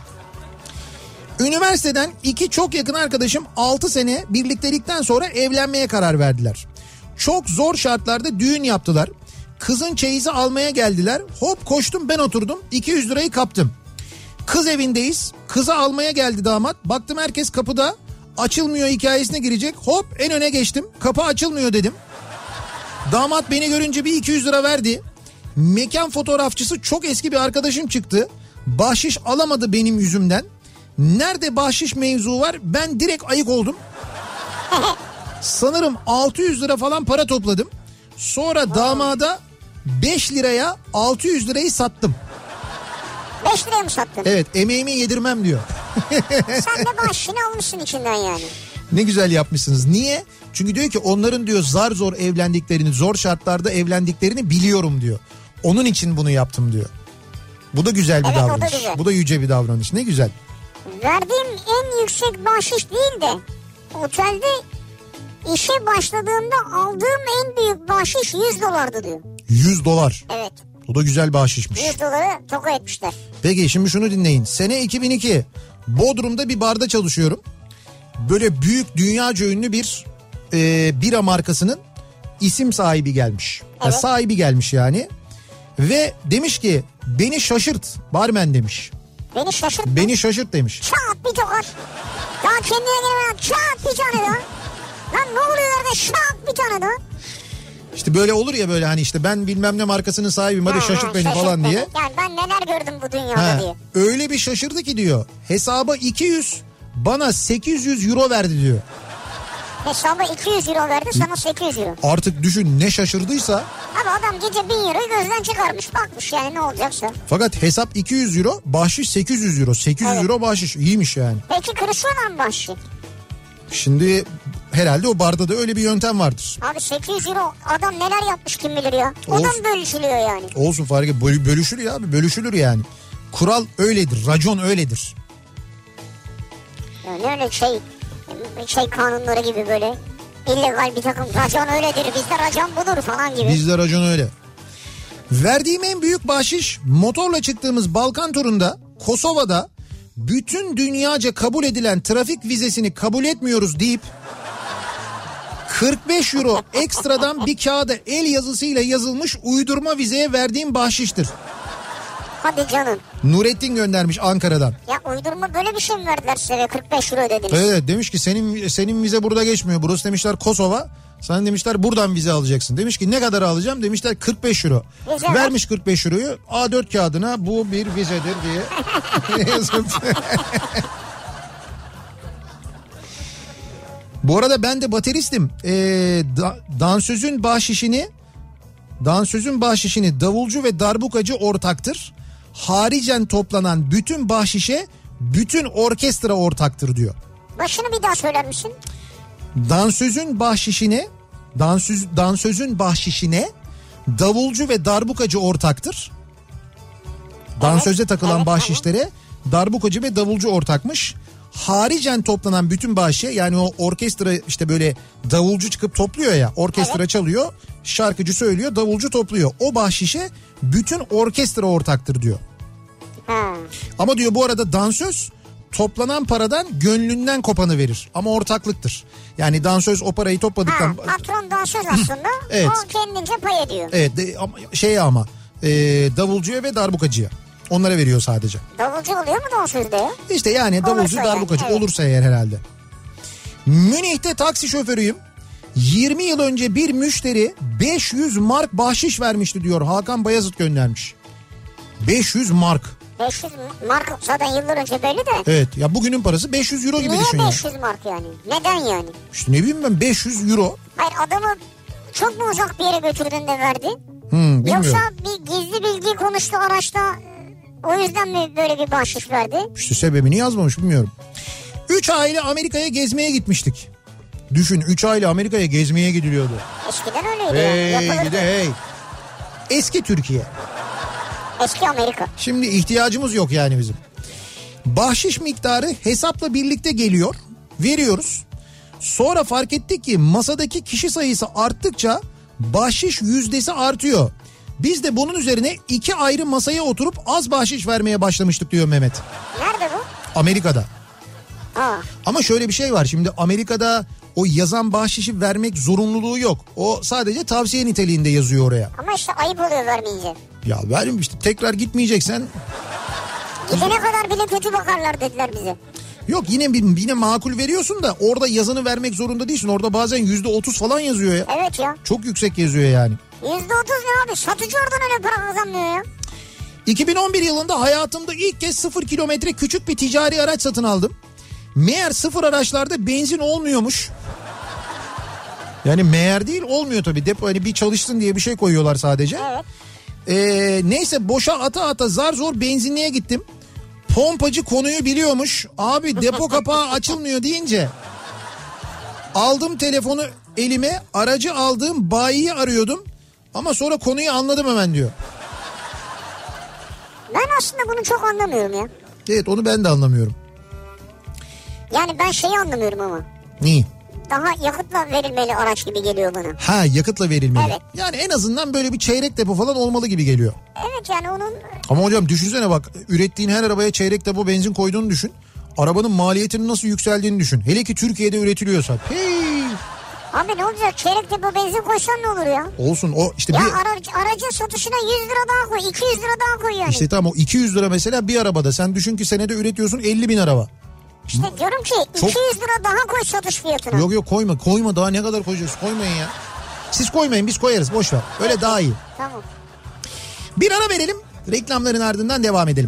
Üniversiteden iki çok yakın arkadaşım 6 sene birliktelikten sonra evlenmeye karar verdiler. Çok zor şartlarda düğün yaptılar. Kızın çeyizi almaya geldiler. Hop koştum ben oturdum. 200 lirayı kaptım. Kız evindeyiz. Kızı almaya geldi damat. Baktım herkes kapıda. Açılmıyor hikayesine girecek. Hop en öne geçtim. Kapı açılmıyor dedim. Damat beni görünce bir 200 lira verdi. Mekan fotoğrafçısı çok eski bir arkadaşım çıktı. Bahşiş alamadı benim yüzümden. Nerede bahşiş mevzu var, ben direkt ayık oldum. Sanırım 600 lira falan para topladım. Sonra damada 5 liraya 600 lirayı sattım. 5 liraya mı sattın? Evet, emeğimi yedirmem diyor. Sen de bahşişini almışsın içinden yani. Ne güzel yapmışsınız. Niye? Çünkü diyor ki onların diyor zar zor evlendiklerini, zor şartlarda evlendiklerini biliyorum diyor. Onun için bunu yaptım diyor. Bu da güzel bir evet, davranış. O da güzel. Bu da yüce bir davranış. Ne güzel. Verdiğim en yüksek bahşiş değil de otelde işe başladığımda aldığım en büyük bahşiş $100 diyor. $100. Evet. Bu da güzel bahşişmiş. $100 toka etmişler. Peki şimdi şunu dinleyin. Sene 2002. Bodrum'da bir barda çalışıyorum. Böyle büyük dünyaca ünlü bir bira markasının isim sahibi gelmiş. Evet. Ya sahibi gelmiş yani. Ve demiş ki beni şaşırt barmen demiş. Beni şaşırt. Beni şaşırt demiş. Çat bir tokat. Daha kendine gelmeden çat bir tane daha. Lan ne oluyor orada, şat bir tane daha. İşte böyle olur ya, böyle hani işte ben bilmem ne markasının sahibiyim, hadi şaşırt beni falan diye. Yani ben neler gördüm bu dünyada diye. Öyle bir şaşırdı ki diyor. Hesaba 200, bana 800 euro verdi diyor. Hesaba 200 euro verdi, sana 800 euro. Artık düşün ne şaşırdıysa. Abi adam gece 1000 euroyu gözden çıkarmış, bakmış yani ne olacaksa. Fakat hesap 200 euro, bahşiş 800 euro. 800 evet. euro bahşiş, iyiymiş yani. Peki kırışıyorlar mı bahşişi? Şimdi herhalde o barda da öyle bir yöntem vardır. Abi 800 euro adam neler yapmış kim bilir ya. O da mı bölüşülüyor yani? Olsun, fark et, bölüşülür ya abi, bölüşülür yani. Kural öyledir, racon öyledir. Yani öyle şey kanunları gibi böyle illegal bir takım racon öyledir, bizde racon budur falan gibi. Bizde racon öyle. Verdiğim en büyük bahşiş, motorla çıktığımız Balkan turunda Kosova'da bütün dünyaca kabul edilen trafik vizesini kabul etmiyoruz deyip 45 euro ekstradan bir kağıda el yazısıyla yazılmış uydurma vizeye verdiğim bahşiştir. Hadi canım. Nurettin göndermiş Ankara'dan. Ya uydurma böyle bir şey mi verdiler size? 45 euro ödediniz. Evet, demiş ki senin vize burada geçmiyor. Burası demişler Kosova. Sen demişler buradan vize alacaksın. Demiş ki ne kadar alacağım? Demişler 45 euro. Vize vermiş 45 euroyu A4 kağıdına, bu bir vizedir diye. Bu arada ben de bateristim. Dansözün bahşişini davulcu ve darbukacı ortaktır. Haricen toplanan bütün bahşişe bütün orkestra ortaktır diyor. Başını bir daha söyler misin? Dansözün bahşişine davulcu ve darbukacı ortaktır. Dansöze takılan bahşişlere darbukacı ve davulcu ortakmış. Haricen toplanan bütün bahşişe, yani o orkestra işte böyle davulcu çıkıp topluyor ya, orkestra çalıyor, şarkıcı söylüyor, davulcu topluyor. O bahşişe bütün orkestra ortaktır diyor. Ama diyor bu arada dansöz toplanan paradan gönlünden kopanı verir ama ortaklıktır. Yani dansöz o parayı topladıktan... Patron dansöz aslında. Evet. O kendince pay ediyor. Evet ama davulcuya ve darbukacıya. Onlara veriyor sadece. Davulcu oluyor mu dansözde ya? İşte yani davulcu darbukacı olursa eğer herhalde. Münih'te taksi şoförüyüm. 20 yıl önce bir müşteri 500 mark bahşiş vermişti diyor. Hakan Bayazıt göndermiş. 500 mark. 500 mark zaten yıllar önce belli de. Evet ya, bugünün parası 500 euro gibi düşün. Niye 500 mark yani? Neden yani? İşte ne bileyim ben, 500 euro. Hayır, adamı çok mu uzak bir yere götürdün de verdi? Bilmiyorum. Yoksa bir gizli bilgi konuştu araçta, o yüzden mi böyle bir bahşiş verdi? İşte sebebini yazmamış, bilmiyorum. 3 aile Amerika'ya gezmeye gitmiştik. Düşün, 3 aile Amerika'ya gezmeye gidiliyordu. Eskiden öyleydi. Hey. Eski Türkiye. Eski Amerika. Şimdi ihtiyacımız yok yani bizim. Bahşiş miktarı hesapla birlikte geliyor. Veriyoruz. Sonra fark ettik ki masadaki kişi sayısı arttıkça bahşiş yüzdesi artıyor. Biz de bunun üzerine 2 ayrı masaya oturup az bahşiş vermeye başlamıştık diyor Mehmet. Nerede bu? Amerika'da. Aa. Ama şöyle bir şey var, şimdi Amerika'da o yazan bahşişi vermek zorunluluğu yok. O sadece tavsiye niteliğinde yazıyor oraya. Ama işte ayıp oluyor vermeyince. Ya verim işte, tekrar gitmeyeceksen. Gidene kadar bile kötü bakarlar dediler bize. Yok, yine makul veriyorsun da orada yazını vermek zorunda değilsin. Orada bazen %30 falan yazıyor ya. Evet ya. Çok yüksek yazıyor yani. %30 ne abi? Satıcı oradan öyle para kazanmıyor ya. 2011 yılında hayatımda ilk kez 0 kilometre küçük bir ticari araç satın aldım. Meğer sıfır araçlarda benzin olmuyormuş. Yani meğer değil, olmuyor tabii. Depo hani bir çalışsın diye bir şey koyuyorlar sadece. Evet. Neyse boşa ata zar zor benzinliğe gittim. Pompacı konuyu biliyormuş. Abi depo kapağı açılmıyor deyince aldım telefonu elime, aracı aldığım bayiyi arıyordum. Ama sonra konuyu anladım hemen diyor. Ben aslında bunu çok anlamıyorum ya. Evet, onu ben de anlamıyorum. Yani ben şeyi anlamıyorum ama. Neyi? Daha yakıtla verilmeli araç gibi geliyor bana. Ha, yakıtla verilmeli. Evet. Yani en azından böyle bir çeyrek depo falan olmalı gibi geliyor. Evet yani onun... Ama hocam düşünsene bak, ürettiğin her arabaya çeyrek depo benzin koyduğunu düşün. Arabanın maliyetinin nasıl yükseldiğini düşün. Hele ki Türkiye'de üretiliyorsa. Hey! Abi ne olacak, çeyrek depo benzin koysan ne olur ya? Olsun o işte ya bir... aracın satışına 100 lira daha koy, 200 lira daha koy yani. İşte tamam, o 200 lira mesela bir arabada. Sen düşün ki senede üretiyorsun 50 bin araba. İşte diyorum ki 200 lira daha koy satış fiyatına. Yok koyma daha ne kadar koyacağız, koymayın ya. Siz koymayın, biz koyarız, boş ver. Öyle daha iyi. Tamam. Bir ara verelim, reklamların ardından devam edelim.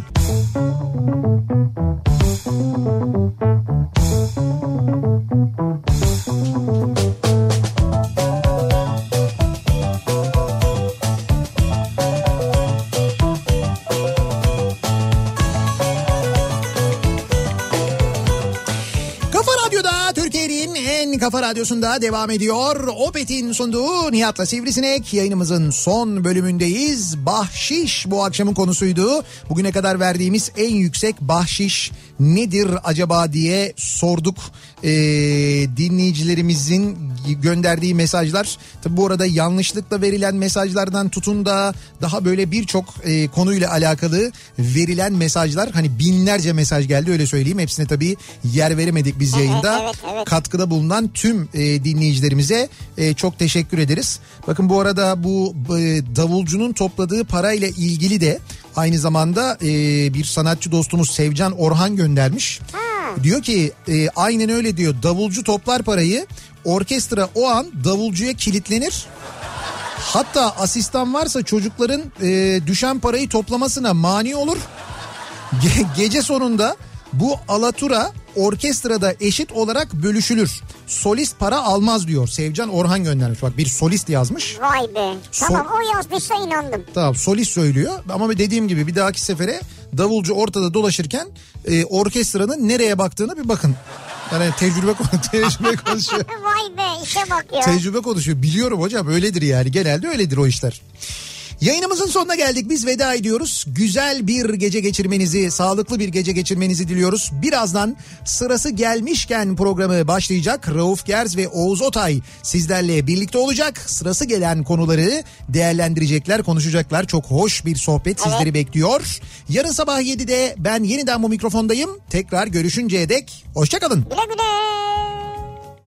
Kafa Radyosu'nda devam ediyor. Opet'in sunduğu Nihat'la Sivrisinek yayınımızın son bölümündeyiz. Bahşiş bu akşamın konusuydu. Bugüne kadar verdiğimiz en yüksek bahşiş nedir acaba diye sorduk. Dinleyicilerimizin gönderdiği mesajlar. Tabi bu arada yanlışlıkla verilen mesajlardan tutun da daha böyle birçok konuyla alakalı verilen mesajlar. Hani binlerce mesaj geldi, öyle söyleyeyim. Hepsine tabii yer veremedik biz yayında. Evet. Katkıda bulunan tüm dinleyicilerimize çok teşekkür ederiz. Bakın bu arada bu davulcunun topladığı parayla ilgili de aynı zamanda bir sanatçı dostumuz Sevcan Orhan göndermiş. Diyor ki aynen öyle diyor, davulcu toplar parayı, orkestra o an davulcuya kilitlenir. Hatta asistan varsa çocukların düşen parayı toplamasına mani olur. Gece sonunda bu alatura orkestrada eşit olarak bölüşülür. Solist para almaz diyor. Sevcan Orhan göndermiş. Bak bir solist yazmış. Vay be. Tamam o yazdıysa inandım. Tamam solist söylüyor ama dediğim gibi bir dahaki sefere davulcu ortada dolaşırken orkestranın nereye baktığına bir bakın. Yani tecrübe konuşuyor. Vay be işe bak ya. Tecrübe konuşuyor. Biliyorum hocam öyledir yani. Genelde öyledir o işler. Yayınımızın sonuna geldik. Biz veda ediyoruz. Güzel bir gece geçirmenizi, sağlıklı bir gece geçirmenizi diliyoruz. Birazdan Sırası Gelmişken programı başlayacak. Rauf Gerz ve Oğuz Otay sizlerle birlikte olacak. Sırası gelen konuları değerlendirecekler, konuşacaklar. Çok hoş bir sohbet sizleri bekliyor. Yarın sabah 7'de ben yeniden bu mikrofondayım. Tekrar görüşünceye dek hoşça kalın. Güle güle.